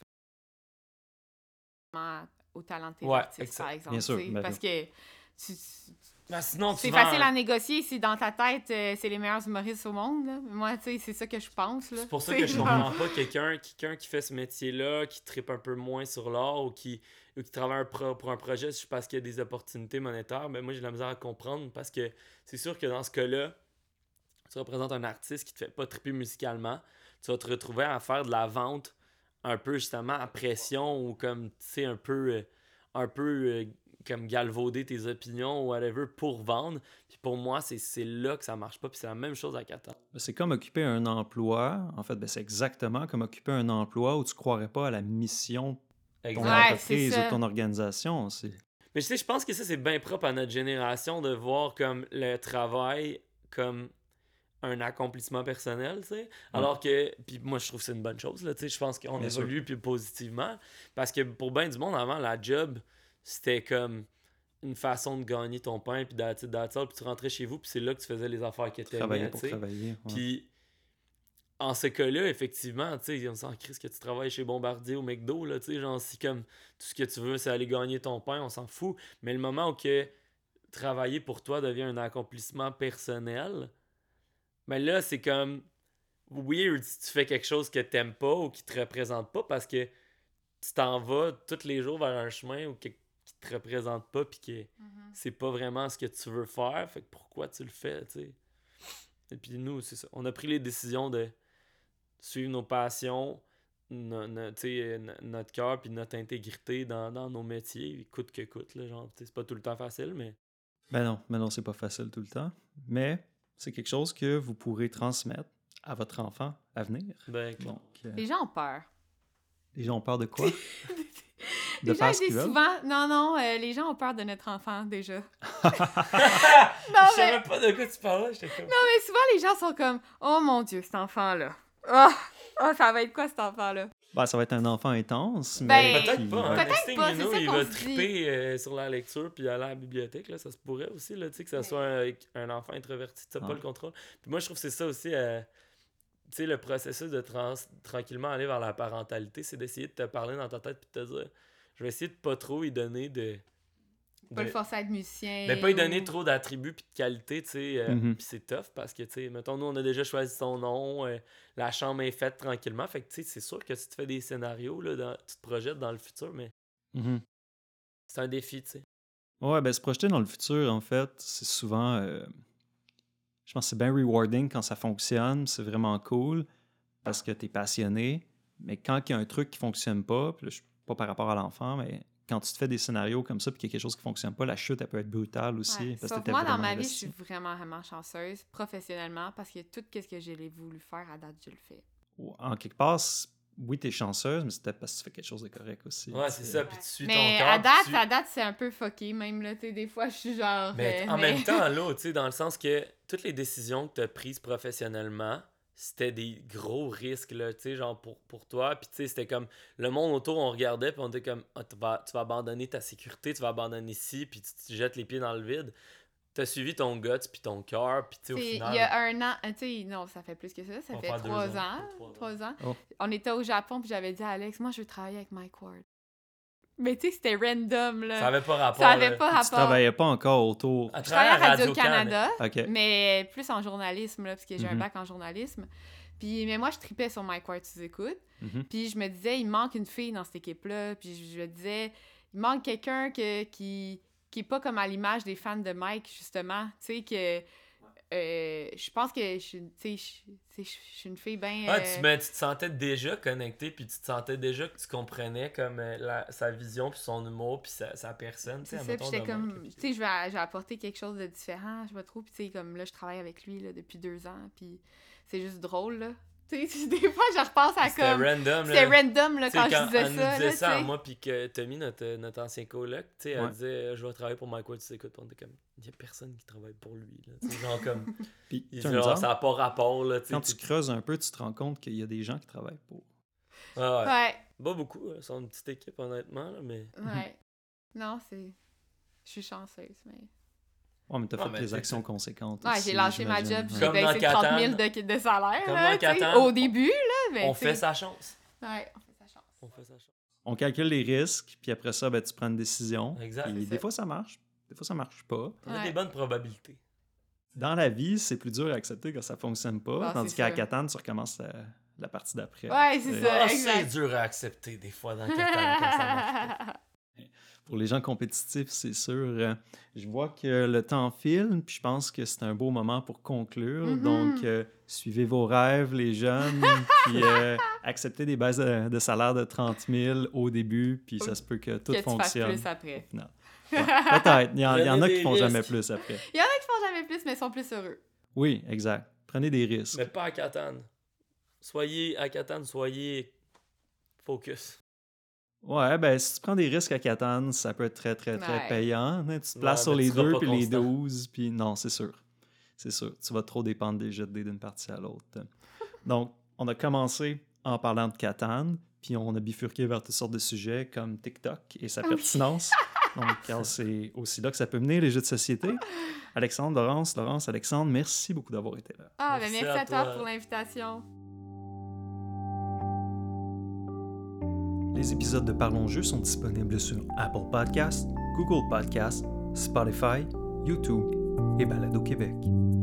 au talent de tes Ouais, artistes, exact. par exemple. Bien sûr, tu sais, ben parce que tu- tu- Ben, sinon, tu c'est vends facile un- à négocier si dans ta tête, euh, c'est les meilleurs humoristes au monde. Là. Moi, tu sais, c'est ça que je pense. Là. C'est pour ça Tu sais, que je genre- comprends pas quelqu'un quelqu'un qui fait ce métier-là, qui tripe un peu moins sur l'art ou qui, ou qui travaille un pro- pour un projet juste parce qu'il y a des opportunités monétaires. Mais moi, j'ai de la misère à comprendre parce que c'est sûr que dans ce cas-là, tu représentes un artiste qui te fait pas triper musicalement. Tu vas te retrouver à faire de la vente un peu justement à pression ou comme, tu sais, un peu, euh, un peu euh, comme galvauder tes opinions ou whatever pour vendre. Puis pour moi, c'est c'est là que ça marche pas. Puis c'est la même chose à Catan. C'est comme occuper un emploi. En fait, ben, c'est exactement comme occuper un emploi où tu ne croirais pas à la mission de ton Exact. Ouais, entreprise c'est ou ça. de ton organisation. C'est... Mais tu sais, je pense que ça, c'est bien propre à notre génération de voir comme le travail comme un accomplissement personnel, tu sais. Alors que, puis moi, je trouve que c'est une bonne chose, là, tu sais. Je pense qu'on Bien sûr. évolue plus positivement. Parce que pour bien du monde, avant, la job, c'était comme une façon de gagner ton pain, puis d'attitude d'attitude, puis tu rentrais chez vous, puis c'est là que tu faisais les affaires que tu Travailler aimais, pour tu sais. travailler. ouais. Puis, en ce cas-là, effectivement, tu sais, on s'en crie que tu travailles chez Bombardier ou McDo, là, tu sais, genre, si comme tout ce que tu veux, c'est aller gagner ton pain, on s'en fout. Mais le moment où que travailler pour toi devient un accomplissement personnel, ben là, c'est comme weird si tu fais quelque chose que t'aimes pas ou qui te représente pas parce que tu t'en vas tous les jours vers un chemin ou que, qui te représente pas puis que Mhm. c'est pas vraiment ce que tu veux faire. Fait que pourquoi tu le fais, tu sais? Et puis nous, c'est ça. On a pris les décisions de suivre nos passions, no- no- tu sais, no- notre cœur puis notre intégrité dans, dans nos métiers, coûte que coûte. Là, genre, tu sais, c'est pas tout le temps facile, mais Ben non, ben non, c'est pas facile tout le temps. Mais c'est quelque chose que vous pourrez transmettre à votre enfant à venir. Ben, clair. Donc, euh, Les gens ont peur. les gens ont peur de quoi? De Les gens faire ce qu'ils disent veulent? souvent... Non, non, euh, les gens ont peur de notre enfant, déjà. non, Je mais... savais pas de quoi tu parlais, j'étais comme... Non, mais souvent, les gens sont comme « Oh mon Dieu, cet enfant-là. Oh, oh, ça va être quoi, cet enfant-là? Ben, ça va être un enfant intense, Ben, mais... Peut-être qui- pas, hein. Peut-être Next thing pas, you c'est know, ça il qu'on va se dit. triper euh, sur la lecture puis aller à la bibliothèque, là, ça se pourrait aussi, là, tu sais, que ça Mais- soit un, un enfant introverti, tu n'as Ouais. pas le contrôle. Puis moi, je trouve que c'est ça aussi, euh, tu sais, le processus de trans- tranquillement aller vers la parentalité, c'est d'essayer de te parler dans ta tête puis de te dire, je vais essayer de pas trop y donner de... Pas de- le forcer à être musicien. Mais pas y donner ou- trop d'attributs puis de qualité, tu sais. euh, Mhm. Puis c'est tough parce que, tu sais, mettons, nous, on a déjà choisi son nom, euh, la chambre est faite tranquillement. Fait que, tu sais, c'est sûr que tu te fais des scénarios, là, dans- tu te projettes dans le futur, mais Mhm. c'est un défi, tu sais. Ouais, ben se projeter dans le futur, en fait, c'est souvent... euh, Je pense que c'est bien rewarding quand ça fonctionne, c'est vraiment cool, parce que t'es passionné, mais quand il y a un truc qui fonctionne pas, puis là, je suis pas par rapport à l'enfant, mais quand tu te fais des scénarios comme ça, puis qu'il y a quelque chose qui fonctionne pas, la chute, elle peut être brutale aussi, Ouais. parce que Sauf t'étais moi, dans vraiment ma vie, je investi. suis vraiment, vraiment chanceuse, professionnellement, parce que tout ce que j'ai voulu faire, à date, je le fais. En quelque part, c- oui, t'es chanceuse, mais c'est peut-être parce que tu fais quelque chose de correct aussi. Ouais, tu c'est sais. ça, puis tu suis Mais ton cœur. à puis date, tu- à date, c'est un peu fucké, même, là, tu sais, des fois, je suis genre... Mais euh, en mais- même temps, là, tu sais, dans le sens que toutes les décisions que tu as prises professionnellement, c'était des gros risques, là, tu sais, genre pour, pour toi. Puis, tu sais, c'était comme le monde autour, on regardait, puis on était comme, ah, tu, vas, tu vas abandonner ta sécurité, tu vas abandonner ici, puis tu te jettes les pieds dans le vide. T'as suivi ton guts, puis ton cœur, puis, tu sais, au T'sais, final. il y a un an, euh, tu sais, non, ça fait plus que ça, ça On va fait faire deux trois ans, ans, trois ans. trois ans. Oh. On était au Japon, puis j'avais dit à Alex, moi, je veux travailler avec Mike Ward. Mais tu sais, c'était random, là. Ça avait pas rapport. Ça avait là. pas Tu rapport. travaillais pas encore autour. À Je travaillais à travers Radio-Canada, OK. mais plus en journalisme, là, parce que j'ai un Mhm. bac en journalisme. Puis, mais moi, je tripais sur Mike Ward, tu écoutes. Mhm. Puis je me disais, il manque une fille dans cette équipe-là. Puis je, je me disais, il manque quelqu'un que, qui, qui est pas comme à l'image des fans de Mike, justement. Tu sais, que... euh, je pense que je, tu sais, je, tu sais, je, je suis une fille bien... Ah, tu, mais tu te sentais déjà connecté, puis tu te sentais déjà que tu comprenais comme euh, la- sa vision, puis son humour, puis sa, sa personne. tu sais, C'est ça, puis admettons, j'étais de même, comme, là, tu sais, je vais, je vais apporter quelque chose de différent, je me trouve, puis tu sais, comme là, je travaille avec lui, là, depuis deux ans, puis c'est juste drôle, là. Tu sais, des fois, je repense à C'était comme... random, C'était là. random, là, Tu sais, quand, je disais elle nous ça, disait là, ça à tu sais. moi, puis que Tommy, notre, notre ancien coloc, tu sais, elle Ouais. disait euh, je vais travailler pour Mike Ward, tu sais, écoute, on était comme, il y a personne qui travaille pour lui, là. Tu sais, genre comme, Puis, il dit, turns genre, out, ça n'a pas rapport, là, tu sais. quand tu creuses un peu, tu te rends compte qu'il y a des gens qui travaillent pour. Ah ouais. Ouais, Pas beaucoup, hein, ils sont une petite équipe, honnêtement, là, mais. ouais. Non, c'est... Je suis chanceuse, mais... Ouais, mais t'as Ouais, fait mais des t'sais, actions conséquentes. Ouais, aussi, j'ai lâché ma j'imagine. job, puis Ouais. j'ai Comme baissé de dans trente Catane. mille de, de salaire, Comme là, dans tu sais, Catane. au début, là, mais On tu sais. fait sa chance. Ouais, on fait sa chance. On fait sa chance. On calcule les risques, puis après ça, ben, tu prends une décision. Exact. Puis C'est des ça. fois, ça marche. Des fois, ça marche pas. On a Ouais. des bonnes probabilités. Dans la vie, c'est plus dur à accepter quand ça fonctionne pas. Ah, tandis c'est qu'à ça. Catane, tu recommences la, la partie d'après. Ouais, c'est Et ça. Ah, exact. c'est dur à accepter des fois dans Catane quand ça marche pas. Pour les gens compétitifs, c'est sûr. euh, je vois que le temps file, puis je pense que c'est un beau moment pour conclure. Mhm. Donc, euh, suivez vos rêves, les jeunes, puis euh, acceptez des baisses de, de salaire de trente mille au début, puis ça se peut que tout Que tu fasses fonctionne. plus après. au final. Ouais, peut-être. Il y en, il y en a Prenez qui font des jamais risques. plus après. Il y en a qui font jamais plus, mais sont plus heureux. Oui, exact. Prenez des risques. Mais pas à Catane. Soyez à Catane, soyez focus. Ouais, ben si tu prends des risques à Catane, ça peut être très, très, très Ouais. payant. hein. Tu te Ouais, places sur mais les tu seras deux, pas puis les constant. douze, puis non, c'est sûr. C'est sûr. Tu vas trop dépendre des jets de dés d'une partie à l'autre. Donc, on a commencé en parlant de Catane, puis on a bifurqué vers toutes sortes de sujets comme TikTok et sa Oui. pertinence. Donc, car c'est aussi là que ça peut mener, les jeux de société. Alexandre, Laurence, Laurence, Alexandre, merci beaucoup d'avoir été là. Ah, Merci ben merci à à toi toi. pour l'invitation. Les épisodes de Parlons Jeux sont disponibles sur Apple Podcasts, Google Podcasts, Spotify, YouTube et Balado Québec.